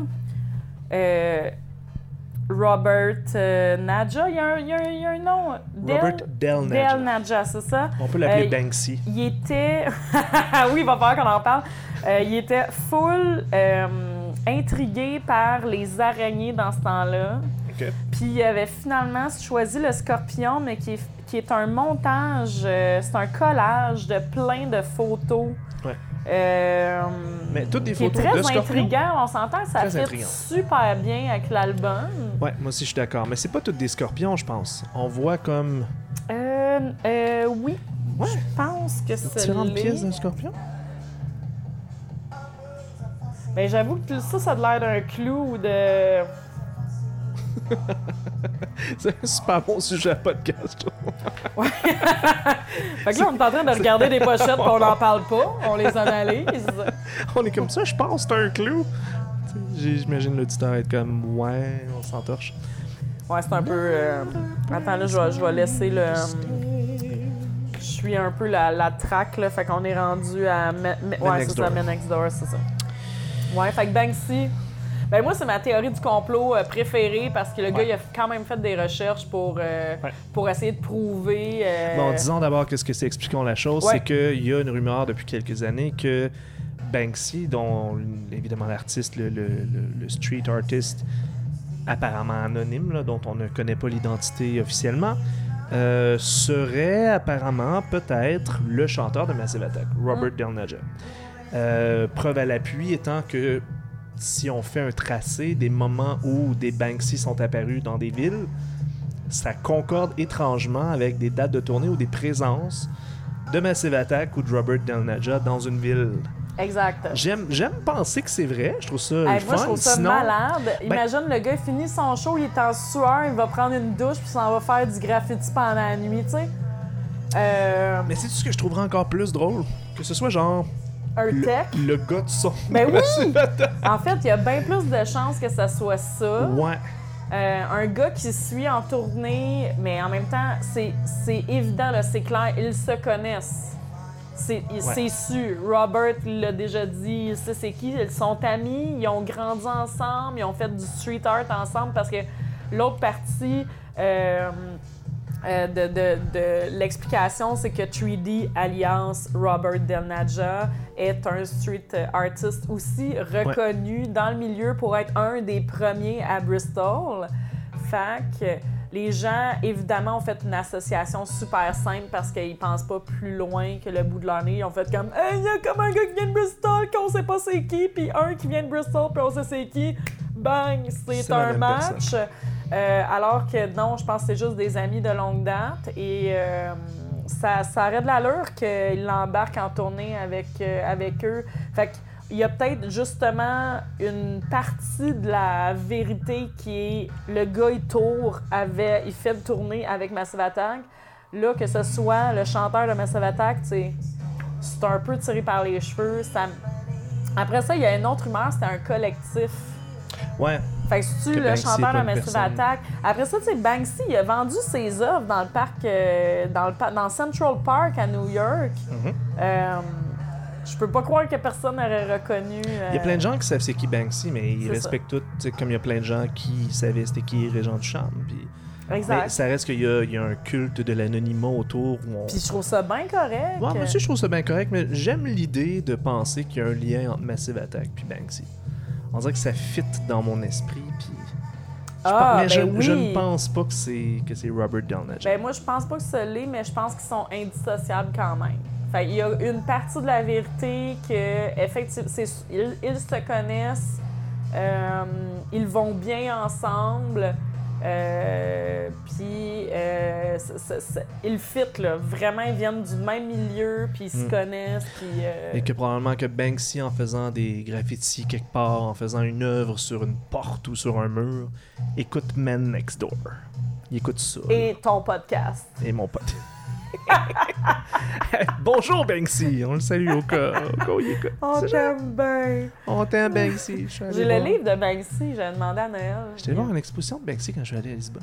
Robert Nadja, il y a un nom. Robert Del Nadja. Del Nadja, c'est ça. On peut l'appeler Euh, Banksy. Il était... oui, il va falloir qu'on en parle. Il était full intrigué par les araignées dans ce temps-là. Ok. Puis il avait finalement choisi le scorpion, mais qui est un montage, c'est un collage de plein de photos. Ouais. Mais toutes des qui photos est très de scorpions. intriguant. On s'entend que ça Très fait intriguant. super bien avec l'album. Ouais, moi aussi je suis d'accord. Mais c'est pas toutes des scorpions, je pense. On voit comme Oui. Ouais. Je pense que c'est différentes pièces d'un scorpion. Ben, j'avoue que ça a l'air d'un clou ou de... C'est un super bon sujet à podcast. Fait que là, on est en train de regarder des pochettes pis on n'en parle pas, on les analyse. On est comme ça, je pense que c'est un clou. Tu sais, j'imagine l'auditeur être comme ouais, on s'entorche. Ouais, c'est un peu... Attends, là, je vais laisser le... Je suis un peu la track, là, fait qu'on est rendu à... Ouais, Next c'est ça, Door. Man Next Door, c'est ça. Ouais, fait que Banksy... Ben moi, c'est ma théorie du complot préférée parce que le gars, il a quand même fait des recherches pour essayer de prouver... Bon, disons d'abord qu'est-ce que c'est, expliquons la chose. Ouais. C'est qu'il y a une rumeur depuis quelques années que Banksy, dont évidemment l'artiste, le street artist apparemment anonyme, là, dont on ne connaît pas l'identité officiellement, serait apparemment peut-être le chanteur de Massive Attack, Robert Del Nadja. Preuve à l'appui étant que si on fait un tracé des moments où des Banksy sont apparus dans des villes, ça concorde étrangement avec des dates de tournée ou des présences de Massive Attack ou de Robert Del Nadja dans une ville. Exact. J'aime penser que c'est vrai, je trouve ça le Hey, fun. moi, je trouve ça Sinon, malade. Imagine, le gars, il finit son show, il est en sueur, il va prendre une douche, puis s'en va faire du graffiti pendant la nuit, tu sais. Mais c'est ce que je trouverais encore plus drôle. Que ce soit genre Un tech. le gars de son. Ben oui! En fait, il y a bien plus de chances que ça soit ça. Ouais. Un gars qui suit en tournée, mais en même temps, c'est évident, là, c'est clair, ils se connaissent. C'est sûr. Robert l'a déjà dit, il sait c'est qui. Ils sont amis, ils ont grandi ensemble, ils ont fait du street art ensemble parce que l'autre partie de l'explication, c'est que 3D alias Robert Del Naja est un street artist aussi reconnu dans le milieu pour être un des premiers à Bristol. Fait que les gens, évidemment, ont fait une association super simple parce qu'ils pensent pas plus loin que le bout de leur nez. Ils ont fait comme « Hey, il y a comme un gars qui vient de Bristol, qu'on sait pas c'est qui, puis un qui vient de Bristol, puis on sait c'est qui. Bang! C'est un match. » Alors que non, je pense que c'est juste des amis de longue date. Et ça aurait de l'allure qu'ils l'embarquent en tournée avec eux. Fait qu'il y a peut-être justement une partie de la vérité qui est le gars, il fait une tournée avec Massive Attack. Là, que ce soit le chanteur de Massive Attack, c'est un peu tiré par les cheveux. Après ça, il y a une autre rumeur, c'était un collectif. Ouais. Fait que c'est-tu le Banksy chanteur de est pas une Massive personne. Attack? Après ça, tu sais, Banksy, il a vendu ses œuvres dans le parc, dans Central Park à New York. Je peux pas croire que personne n'aurait reconnu. Il y a plein de gens qui savent c'est qui Banksy, mais ils C'est respectent tout. Tu sais, comme il y a plein de gens qui savaient c'était qui Régent Duchamp. Puis... Exact. Mais ça reste qu'il y a un culte de l'anonymat autour. Où on... Puis je trouve ça bien correct. Ouais, moi aussi, je trouve ça bien correct, mais j'aime l'idée de penser qu'il y a un lien entre Massive Attack et Banksy. On dirait que ça fit dans mon esprit, puis... je ne pense pas que c'est Robert Del Naja. Ben moi, je pense pas que ça l'est, mais je pense qu'ils sont indissociables quand même. Fait il y a une partie de la vérité que, effectivement, ils se connaissent, ils vont bien ensemble, puis ils fit, là. Vraiment, ils viennent du même milieu, puis ils se connaissent, puis... Et que probablement que Banksy, en faisant des graffitis quelque part, en faisant une œuvre sur une porte ou sur un mur, écoute Man Next Door. Il écoute ça. Et ton podcast. Et mon pote. Bonjour Banksy, on le salue au cas où il écoute. On t'aime bien. On t'aime Banksy. J'ai le livre de Banksy, j'ai demandé à Noël. J'étais voir une exposition de Banksy quand je suis allé à Lisbonne.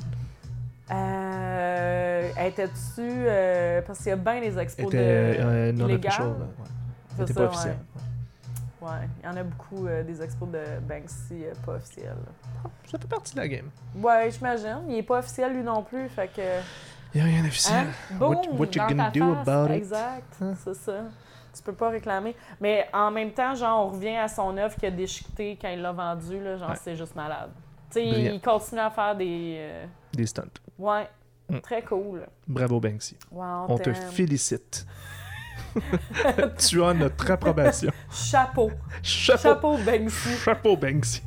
Étais-tu... parce qu'il y a bien des expos non illégales. official, ouais. C'était pas officiel. Ouais, il y en a beaucoup des expos de Banksy pas officiels. Ça fait partie de la game. Ouais, j'imagine. Il est pas officiel lui non plus, fait que... Il n'y a rien d'officiel. Boom, What you dans gonna ta do face. about it? Exact, c'est ça. Tu peux pas réclamer. Mais en même temps, genre, on revient à son œuvre qu'il a déchiquetée quand il l'a vendue, là, genre, c'est juste malade. Tu sais, il continue à faire des stunts. Ouais, très cool. Bravo Banksy. Wow, on te félicite. Tu as notre approbation. Chapeau Banksy. Chapeau Banksy.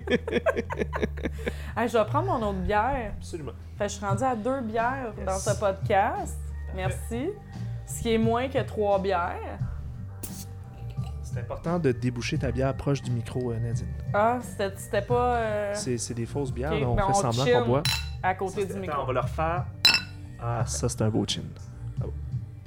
Hey, je vais prendre mon autre bière. Absolument. Fait que je suis rendue à 2 bières dans ce podcast. Merci. Ce qui est moins que 3 bières. C'est important de déboucher ta bière proche du micro, Nadine. Ah, c'était pas... C'est des fausses bières, Ok, là, on ben fait semblant qu'on boit. À côté du micro. On va le refaire. Ah, ça, c'est un beau chin. Ah, bon.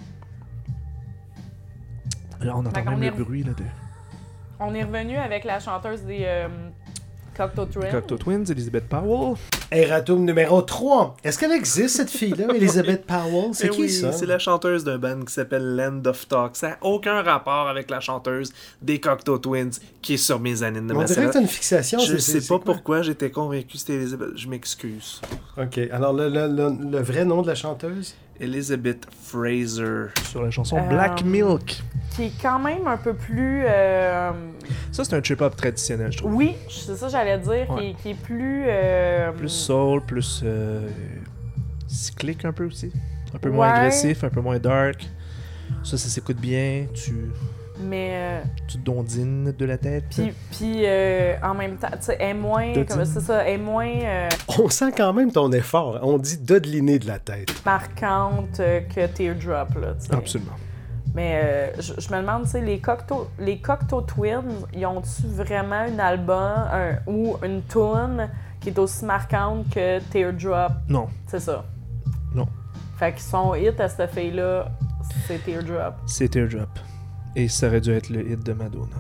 Là, on entend même le bruit là, de... On est revenu avec la chanteuse des Cocteau Twins. Cocteau Twins, Elizabeth Powell. Erratum numéro 3. Est-ce qu'elle existe, cette fille-là, Elizabeth Powell? C'est qui, ça? C'est la chanteuse d'un band qui s'appelle Land of Talk. Ça n'a aucun rapport avec la chanteuse des Cocteau Twins qui est sur Mezzanine de On dirait Massive. que t'as une fixation. Je sais pas quoi? pourquoi j'étais convaincu que c'était Elizabeth. Je m'excuse. OK. Alors, le vrai nom de la chanteuse? Elizabeth Fraser. Sur la chanson Black Milk. Qui est quand même un peu plus... Ça, c'est un trip-hop traditionnel, je trouve. Oui, c'est ça que j'allais dire, Ouais. qui est plus... Plus soul, plus cyclique un peu aussi. Un peu moins Ouais. agressif, un peu moins dark. Ça s'écoute bien. Tu te dondines de la tête. Puis en même temps, tu sais, elle est moins... C'est ça, elle est moins On sent quand même ton effort. On dit dodeliner de la tête. marquante que Teardrop, là, tu sais. Absolument. Mais je me demande, tu sais, les Cocteau Twins, ils ont-tu vraiment un album ou une tune qui est aussi marquante que Teardrop? Non. C'est ça. Non. Fait que son hit à cette fille-là, c'est Teardrop. C'est Teardrop. Et ça aurait dû être le hit de Madonna.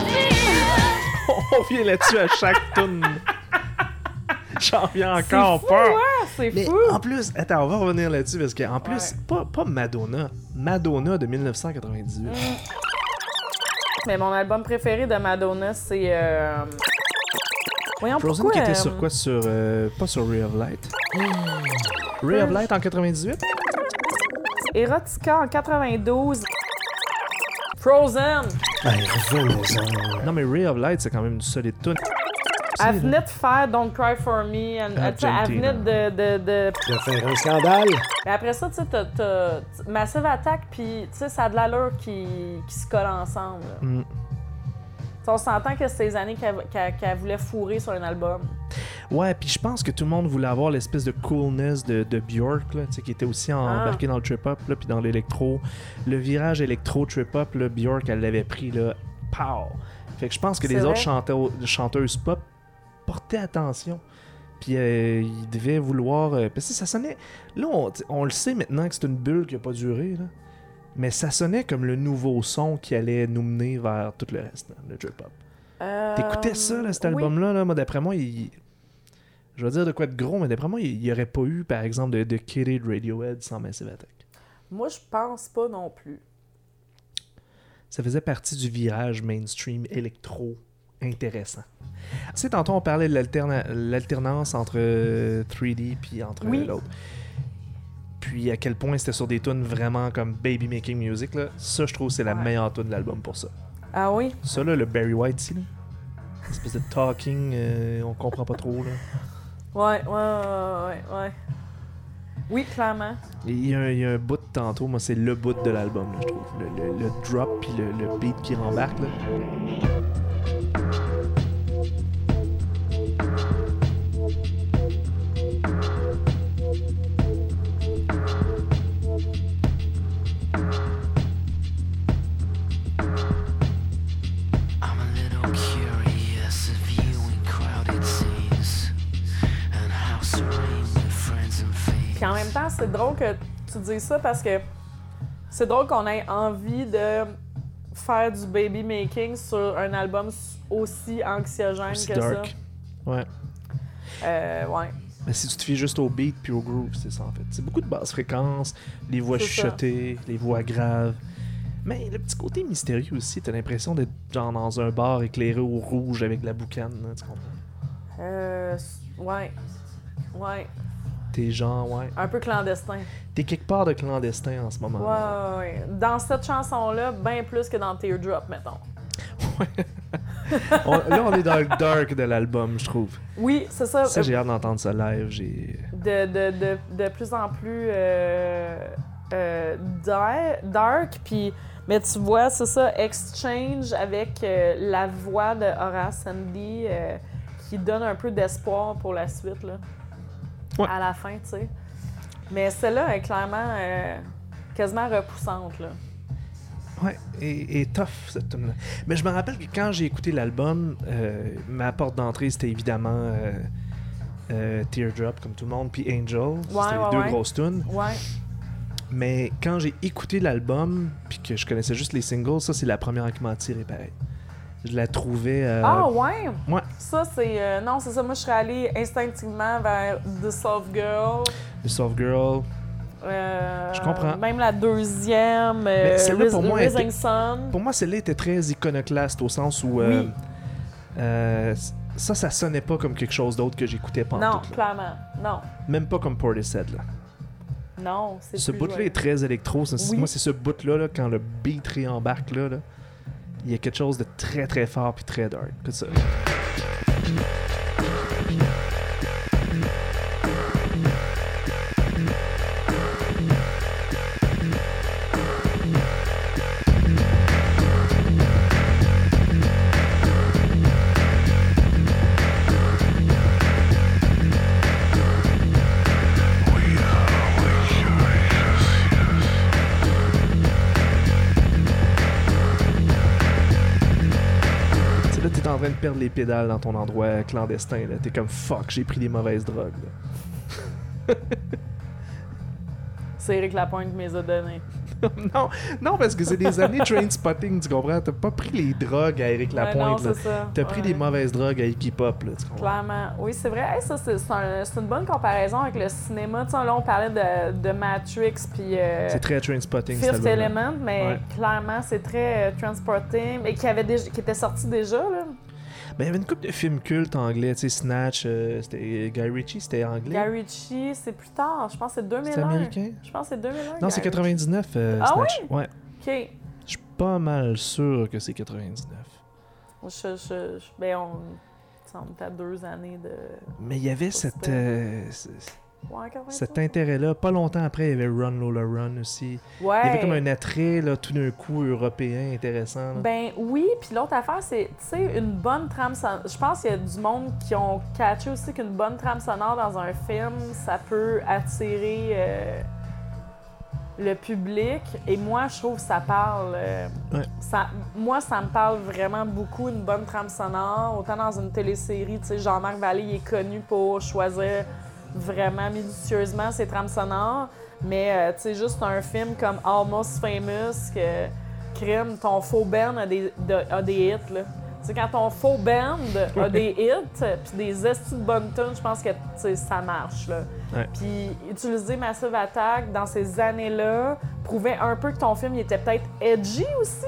On vient là-dessus à chaque tune. J'en reviens encore fou, pas. Ouais, c'est Mais fou! en plus, attends, on va revenir là-dessus parce qu'en plus, pas Madonna. Madonna de 1998. Mais mon album préféré de Madonna, c'est... Voyons Frozen pourquoi... qui était sur quoi? Pas sur Ray of Light. Ray of Light en 98? Erotica en 92. Frozen! Hey, revenons-en. Non, mais Ray of Light, c'est quand même une solide tune. Elle venait de faire Don't Cry For Me. Elle venait de... De faire un scandale. Mais après ça, tu sais, t'as Massive Attack, puis tu sais, ça a de l'allure qui se colle ensemble. Là. Mm. On s'entend que c'est les années qu'elle voulait fourrer sur un album. Ouais, puis je pense que tout le monde voulait avoir l'espèce de coolness de Björk, là, tu sais, qui était aussi embarqué dans le trip-hop, là, puis dans l'électro. Le virage électro-trip-hop, là, Björk, elle l'avait pris, là, pow! Fait que je pense que C'est les vrai. autres chanteuses pop portaient attention. Puis ils devaient vouloir... parce que ça sonnait... Là, on le sait maintenant que c'est une bulle qui a pas duré, là. Mais ça sonnait comme le nouveau son qui allait nous mener vers tout le reste, là, le trip-hop. T'écoutais ça, là, cet oui. album-là, là, moi, d'après moi, je vais dire de quoi de gros, mais d'après moi, il n'y aurait pas eu, par exemple, de Kitty de Radiohead sans Massive Attack. Moi, je pense pas non plus. Ça faisait partie du virage mainstream électro intéressant. Tu sais, tantôt, on parlait de l'alternance entre 3D puis entre Oui. l'autre. Puis à quel point c'était sur des tunes vraiment comme Baby Making Music, là. Ça, je trouve que c'est la Ouais. meilleure tune de l'album pour ça. Ah oui? Ça, là, le Barry White, ici, là. Espèce de talking, on comprend pas trop, là. Ouais. Oui, clairement. Et il y a un bout de tantôt, moi, c'est le bout de l'album, là, je trouve. Le drop puis le beat qui rembarque, là. I'm a little curious of you in crowded scenes and how serene with friends and fiends. Puis en même temps, c'est drôle que tu dises ça parce que c'est drôle qu'on ait envie de faire du baby making sur un album aussi anxiogène Aussi que dark. Ouais. ça. Ouais. Mais si tu te fies juste au beat puis au groove, c'est ça en fait. C'est beaucoup de basses fréquences, les voix C'est ça. chuchotées, les voix graves. Mais le petit côté mystérieux aussi, t'as l'impression d'être genre dans un bar éclairé au rouge avec de la boucane, hein, tu comprends? Ouais. T'es genre, ouais. Un peu clandestin. T'es quelque part de clandestin en ce moment. Ouais. Dans cette chanson-là, bien plus que dans Teardrop, mettons. Là, on est dans le dark de l'album, je trouve. Oui, c'est ça. Ça, j'ai hâte d'entendre ça live. De plus en plus dark, puis mais tu vois, c'est ça, Exchange avec la voix de Horace Andy qui donne un peu d'espoir pour la suite, là. Ouais. À la fin, tu sais. Mais celle-là est clairement quasiment repoussante, là. Ouais, et tough, cette tune-là. Mais je me rappelle que quand j'ai écouté l'album, ma porte d'entrée, c'était évidemment Teardrop, comme tout le monde, puis Angel. C'était les deux grosses tunes. Ouais. Mais quand j'ai écouté l'album, puis que je connaissais juste les singles, ça, c'est la première qui m'a attiré, pareil. Je la trouvais... Ah ouais? Ouais. Ça, c'est... non, c'est ça. Moi, je serais allée instinctivement vers The Soft Girl. The Soft Girl. Je comprends. Même la deuxième, Mais celle-là, pour moi, Rising était- Sun. Pour moi, celle-là était très iconoclaste, au sens où... Oui. ça sonnait pas comme quelque chose d'autre que j'écoutais Non, pantoute, là. clairement. Non. Même pas comme Portishead, là. Non, c'est Ce plus bout-là joyeux. est très électro. Oui. Moi, c'est ce bout-là, là, quand le beat réembarque, là, il y a quelque chose de très, très fort puis très dark. Écoute ça. Tu sais, là, t'es en train de perdre les pédales dans ton endroit clandestin. Là. T'es comme fuck, j'ai pris des mauvaises drogues. Là. C'est Éric Lapointe qui me les a donnés. non, parce que c'est des années Trainspotting, tu comprends? T'as pas pris les drogues à Éric Ouais, non, Lapointe, là. c'est ça. T'as pris Ouais. des mauvaises drogues à Iggy Pop, là, tu comprends? Clairement. Oui, c'est vrai. Hey, ça, c'est une bonne comparaison avec le cinéma. Tu sais, là, on parlait de Matrix puis C'est très Trainspotting, cet Fifth album-là. Element, mais Ouais. clairement, c'est très Transporting et qui était sorti déjà, là. Ben, il y avait une couple de films cultes anglais, tu sais, Snatch, c'était Guy Ritchie, c'était anglais. Guy Ritchie, c'est plus tard. Je pense que c'est 2001. C'est américain? Je pense que c'est 2001. Non, Guy c'est 99, Ah Snatch. Ouais. Ritchie. OK. Je suis pas mal sûr que c'est 99. Ben, on est à 2 années de... Mais il y avait Ça, cette, Ouais, 80. cet intérêt-là. Pas longtemps après, il y avait Run Lola Run aussi. Ouais. Il y avait comme un attrait, là, tout d'un coup, européen, intéressant. Là. Ben oui, puis l'autre affaire, c'est, tu sais, une bonne trame sonore. Je pense qu'il y a du monde qui ont catché aussi qu'une bonne trame sonore dans un film, ça peut attirer le public. Et moi, je trouve que ça parle. Ouais. Moi, ça me parle vraiment beaucoup, une bonne trame sonore. Autant dans une télésérie, tu sais, Jean-Marc Vallée il est connu pour choisir vraiment minutieusement ses trames sonores. Mais, tu sais, juste un film comme Almost Famous, que crime, ton faux band a des hits, là. Tu sais, quand ton faux band a des hits, puis des estis de bonnes tunes, je pense que, tu sais, ça marche, là. Ouais. Puis utiliser Massive Attack dans ces années-là prouvait un peu que ton film il était peut-être edgy aussi.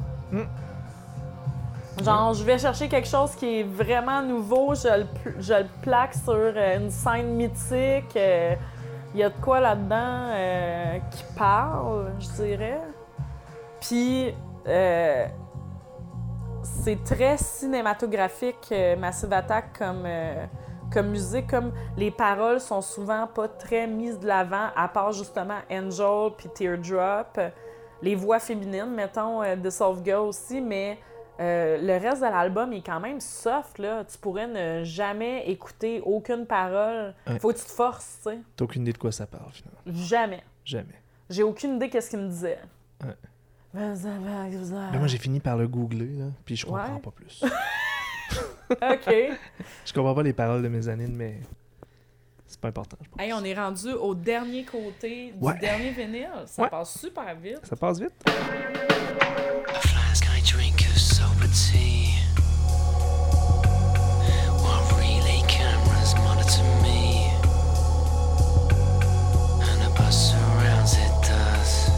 Genre, je vais chercher quelque chose qui est vraiment nouveau, je le plaque sur une scène mythique. Il y a de quoi là-dedans qui parle, je dirais. Puis, c'est très cinématographique, Massive Attack, comme musique. Comme les paroles sont souvent pas très mises de l'avant, à part justement Angel puis Teardrop. Les voix féminines, mettons, This Old Girl aussi, mais le reste de l'album est quand même soft, là. Tu pourrais ne jamais écouter aucune parole. Ouais. Faut que tu te forces, tu sais. T'as aucune idée de quoi ça parle, finalement. Jamais. Jamais. J'ai aucune idée qu'est-ce qu'il me disait. Ouais. Mais Là, moi, j'ai fini par le googler, là, puis je comprends Ouais. pas plus. OK. Je comprends pas les paroles de mezzanine, mais c'est pas important, je pense. Hey, on est rendu au dernier côté du Ouais. dernier vinyle. Ça Ouais. passe super vite. Ça passe vite. A flask I drink of sober tea, while relay cameras monitor me, and a bus surrounds it does.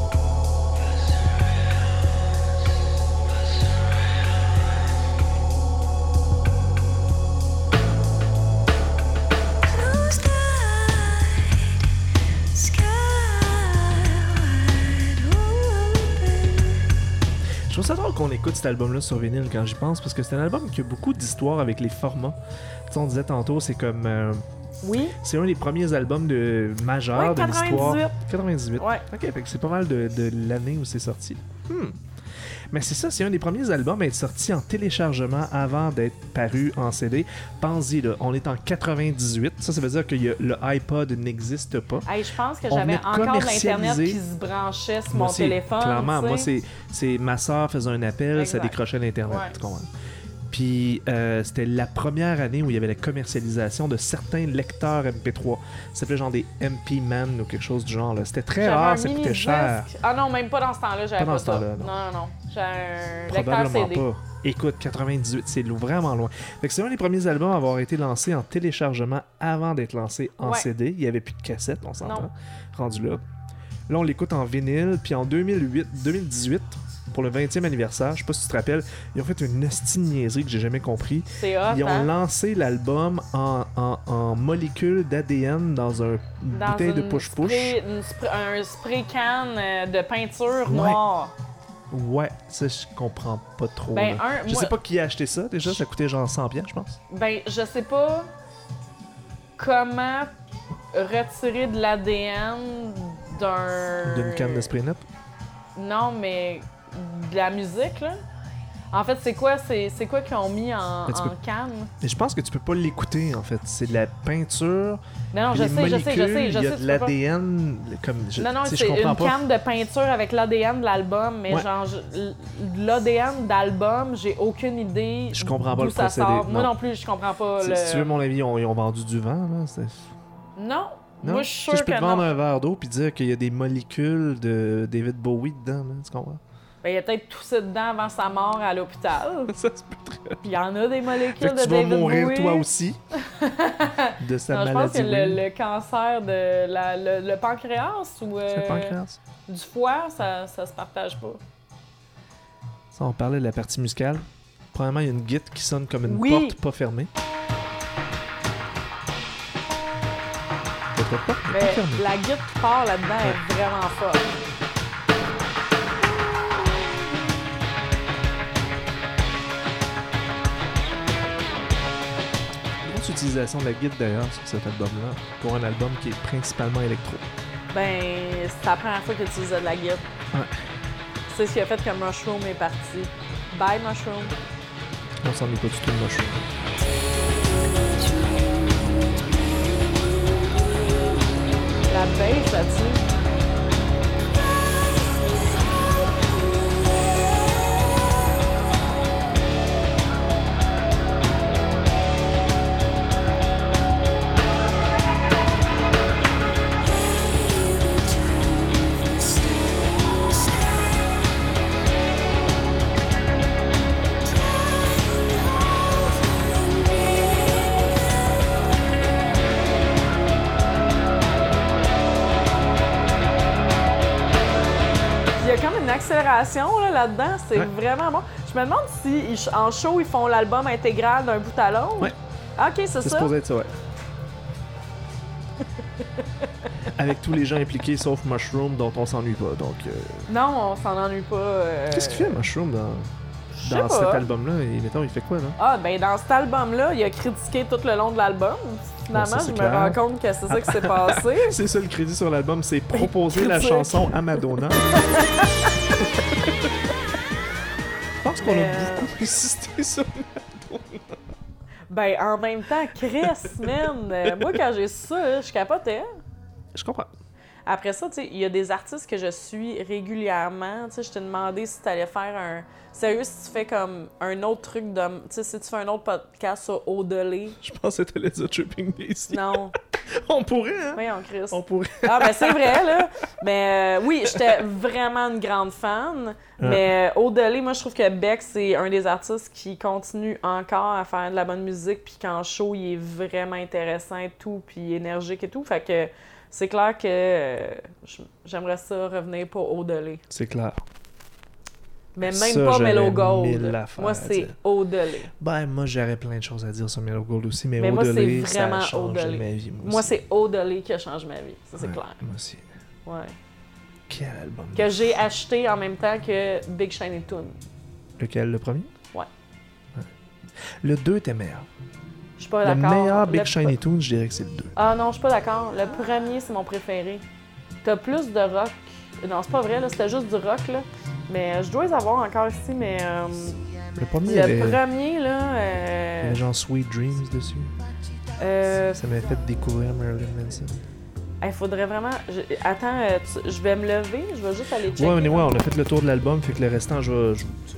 Je trouve ça drôle qu'on écoute cet album-là sur vinyle quand j'y pense, parce que c'est un album qui a beaucoup d'histoires avec les formats. Tu sais, on disait tantôt, c'est comme... Oui. c'est un des premiers albums majeurs Ouais, de l'histoire. 98. 98. Ouais. Ok, fait que c'est pas mal de l'année où c'est sorti. Mais c'est ça, c'est un des premiers albums à être sorti en téléchargement avant d'être paru en CD. Pensez-y, là, on est en 98. Ça veut dire que le iPod n'existe pas. Hey, je pense que On j'avais venait de encore de l'Internet commercialiser. qui se branchait sur Moi mon aussi, téléphone. clairement, tu sais. moi, c'est ma soeur faisait un appel, ça Exact. décrochait l'Internet. Ouais. Tu comprends? Puis c'était la première année où il y avait la commercialisation de certains lecteurs MP3. Ça s'appelait genre des MP Man ou quelque chose du genre. Là. C'était très J'avais un rare, ça coûtait mini-disque. cher. Ah non, même pas dans ce temps-là, j'avais Pas dans pas ce ça. temps-là, non. Non. J'avais un lecteur Probablement CD. pas. Écoute, 98, c'est vraiment loin. Fait que c'est un des premiers albums à avoir été lancé en téléchargement avant d'être lancé en Ouais. CD. Il n'y avait plus de cassette, on s'entend. Non. Rendu là. Là, on l'écoute en vinyle. Puis en 2018, pour le 20e anniversaire, je sais pas si tu te rappelles, ils ont fait une hostie de niaiserie que j'ai jamais compris. C'est hot, Ils ont hein? lancé l'album en molécules d'ADN dans une Dans bouteille de une push-push. un spray can de peinture Ouais. noire. Ouais, ça, je comprends pas trop. Ben, là. Je moi- sais pas qui a acheté ça déjà, ça coûtait genre 100$, je pense. Ben, je sais pas comment retirer de l'ADN D'une canne de spray net. Non, mais de la musique, là. En fait, c'est quoi qu'ils ont mis en Mais tu peux- canne? Mais je pense que tu peux pas l'écouter, en fait. C'est de la peinture. Non, puis je les sais. molécules, il y a tu de peux pas- l'ADN. Comme, Non, tu sais, c'est je comprends une pas. canne de peinture avec l'ADN de l'album, mais Ouais. genre, l'ADN d'album, j'ai aucune idée Je comprends pas d'où le ça procédé, sort. Moi non. non plus, je comprends pas Si le... tu veux mon avis, ils ont vendu du vent, là. Non, Non? Moi, je suis Tu sais, sûre peux que te vendre non. un verre d'eau puis dire qu'il y a des molécules de David Bowie dedans, là, tu comprends? Ben, il a peut-être toussé dedans avant sa mort à l'hôpital. Ça se peut très. Puis il y en a des molécules Fait que de tu vas David mourir Bowie. toi aussi de sa Non, je pense maladie. que weird. le cancer de le pancréas ou C'est le pancréas. du foie, ça se partage pas. Ça, on parlait de la partie musicale. Premièrement, il y a une guitare qui sonne comme une Oui. porte pas fermée. Votre porte n'est pas Mais fermée. la guitare qui part là-dedans est vraiment forte. Grosse utilisation de la guitare d'ailleurs sur cet album-là, pour un album qui est principalement électro. Ben, c'est la première fois qu'il utilisait de la guitare. Ouais. C'est ce qui a fait que Mushroom est parti. Bye, Mushroom. On s'en est pas du tout de Mushroom. La bass là-dessus. Il y a comme une accélération là-dedans, c'est Ouais. vraiment bon. Je me demande si en show ils font l'album intégral d'un bout à l'autre. Ouais. Ah, ok, c'est C'est ça. supposé être ça, ouais. Avec tous les gens impliqués sauf Mushroom dont on s'ennuie pas. Donc, Non, on s'en ennuie pas. qu'est-ce qu'il fait Mushroom Je sais dans pas. cet album-là? Et mettons, il fait quoi là? Ah, ben dans cet album-là, il a critiqué tout le long de l'album. Finalement, Ouais, ça, c'est je me clair. rends compte que c'est ça qui s'est passé. C'est ça le crédit sur l'album, c'est proposer la Critique. chanson à Madonna. Je pense qu'on Mais, a beaucoup insisté sur Ben, en même temps, Chris, man, moi, quand j'ai su ça, là, je capotais. Je comprends. Après ça, tu sais, il y a des artistes que je suis régulièrement. Tu sais, je t'ai demandé si tu allais faire un... Sérieux, si tu fais comme un autre truc de... Tu sais, si tu fais un autre podcast sur Odelay. Je pensais que t'allais dire Tripping Daisy. Non. On pourrait, hein? Voyons, Chris. On pourrait. Ah, ben c'est vrai, là. Mais oui, j'étais vraiment une grande fan. Mais Odelay, moi, je trouve que Beck, c'est un des artistes qui continue encore à faire de la bonne musique, puis qu'en show, il est vraiment intéressant et tout, puis énergique et tout. Fait que c'est clair que j'aimerais ça revenir pour Odelay. C'est clair. Mais même Ça, pas j'aurais Mellow 1000 Gold. affaires Moi, à c'est dire. Odelay. Ben, moi, j'aurais plein de choses à dire sur Mellow Gold aussi, mais Mais moi, c'est Odelay, vraiment ça a changé Odelay. ma vie. Moi, aussi. c'est Odelay qui a changé ma vie. Ça, c'est Ouais, clair. Moi aussi. Ouais. Quel album? Que j'ai acheté en même temps que Big Shiny Toon. Lequel, le premier? Ouais. Le 2 était meilleur. Je suis pas Le d'accord. meilleur Big Le- Shiny Toon, je dirais que c'est le 2. Ah non, je suis pas d'accord. Le premier, c'est mon préféré. T'as plus de rock. Non, c'est pas vrai, là. C'était juste du rock, là. Mais je dois les avoir encore ici, mais... Le premier, il y le avait, premier, là... il y avait genre Sweet Dreams dessus. Ça m'avait fait découvrir Marilyn Manson. Il faudrait vraiment... Attends, je vais me lever. Je vais juste aller checker. Ouais, mais ouais, on a fait le tour de l'album, fait que le restant, je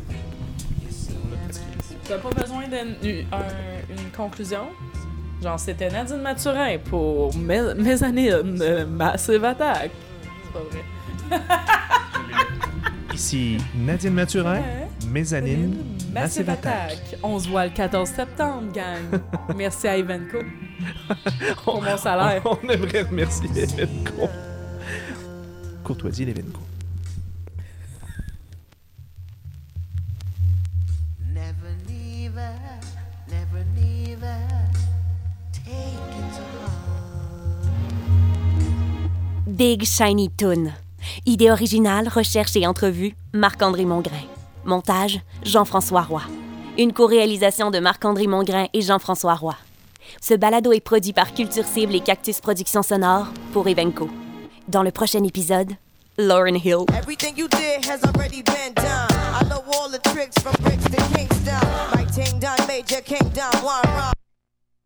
T'as pas besoin d'une conclusion? Genre, c'était Nadine Mathurin pour Mezzanine Massive Attack. C'est pas vrai. Ici, Nadine Mathurin, Mezzanine, Massive Attack. On se voit le 14 septembre, gang. Merci à Evenco pour mon salaire. On aimerait remercier Evenco. Courtoisie, l'Evenco. Never leave her, never leave her. Take it to heart. Big Shiny Toon. Idée originale, recherche et entrevue, Marc-André Mongrain. Montage, Jean-François Roy. Une co-réalisation de Marc-André Mongrain et Jean-François Roy. Ce balado est produit par Culture Cible et Cactus Productions Sonores pour Evenco. Dans le prochain épisode, Lauryn Hill. Everything you did has already been done. I know all the tricks from bricks to Kingston. My ting done, Major Kingdom, one run.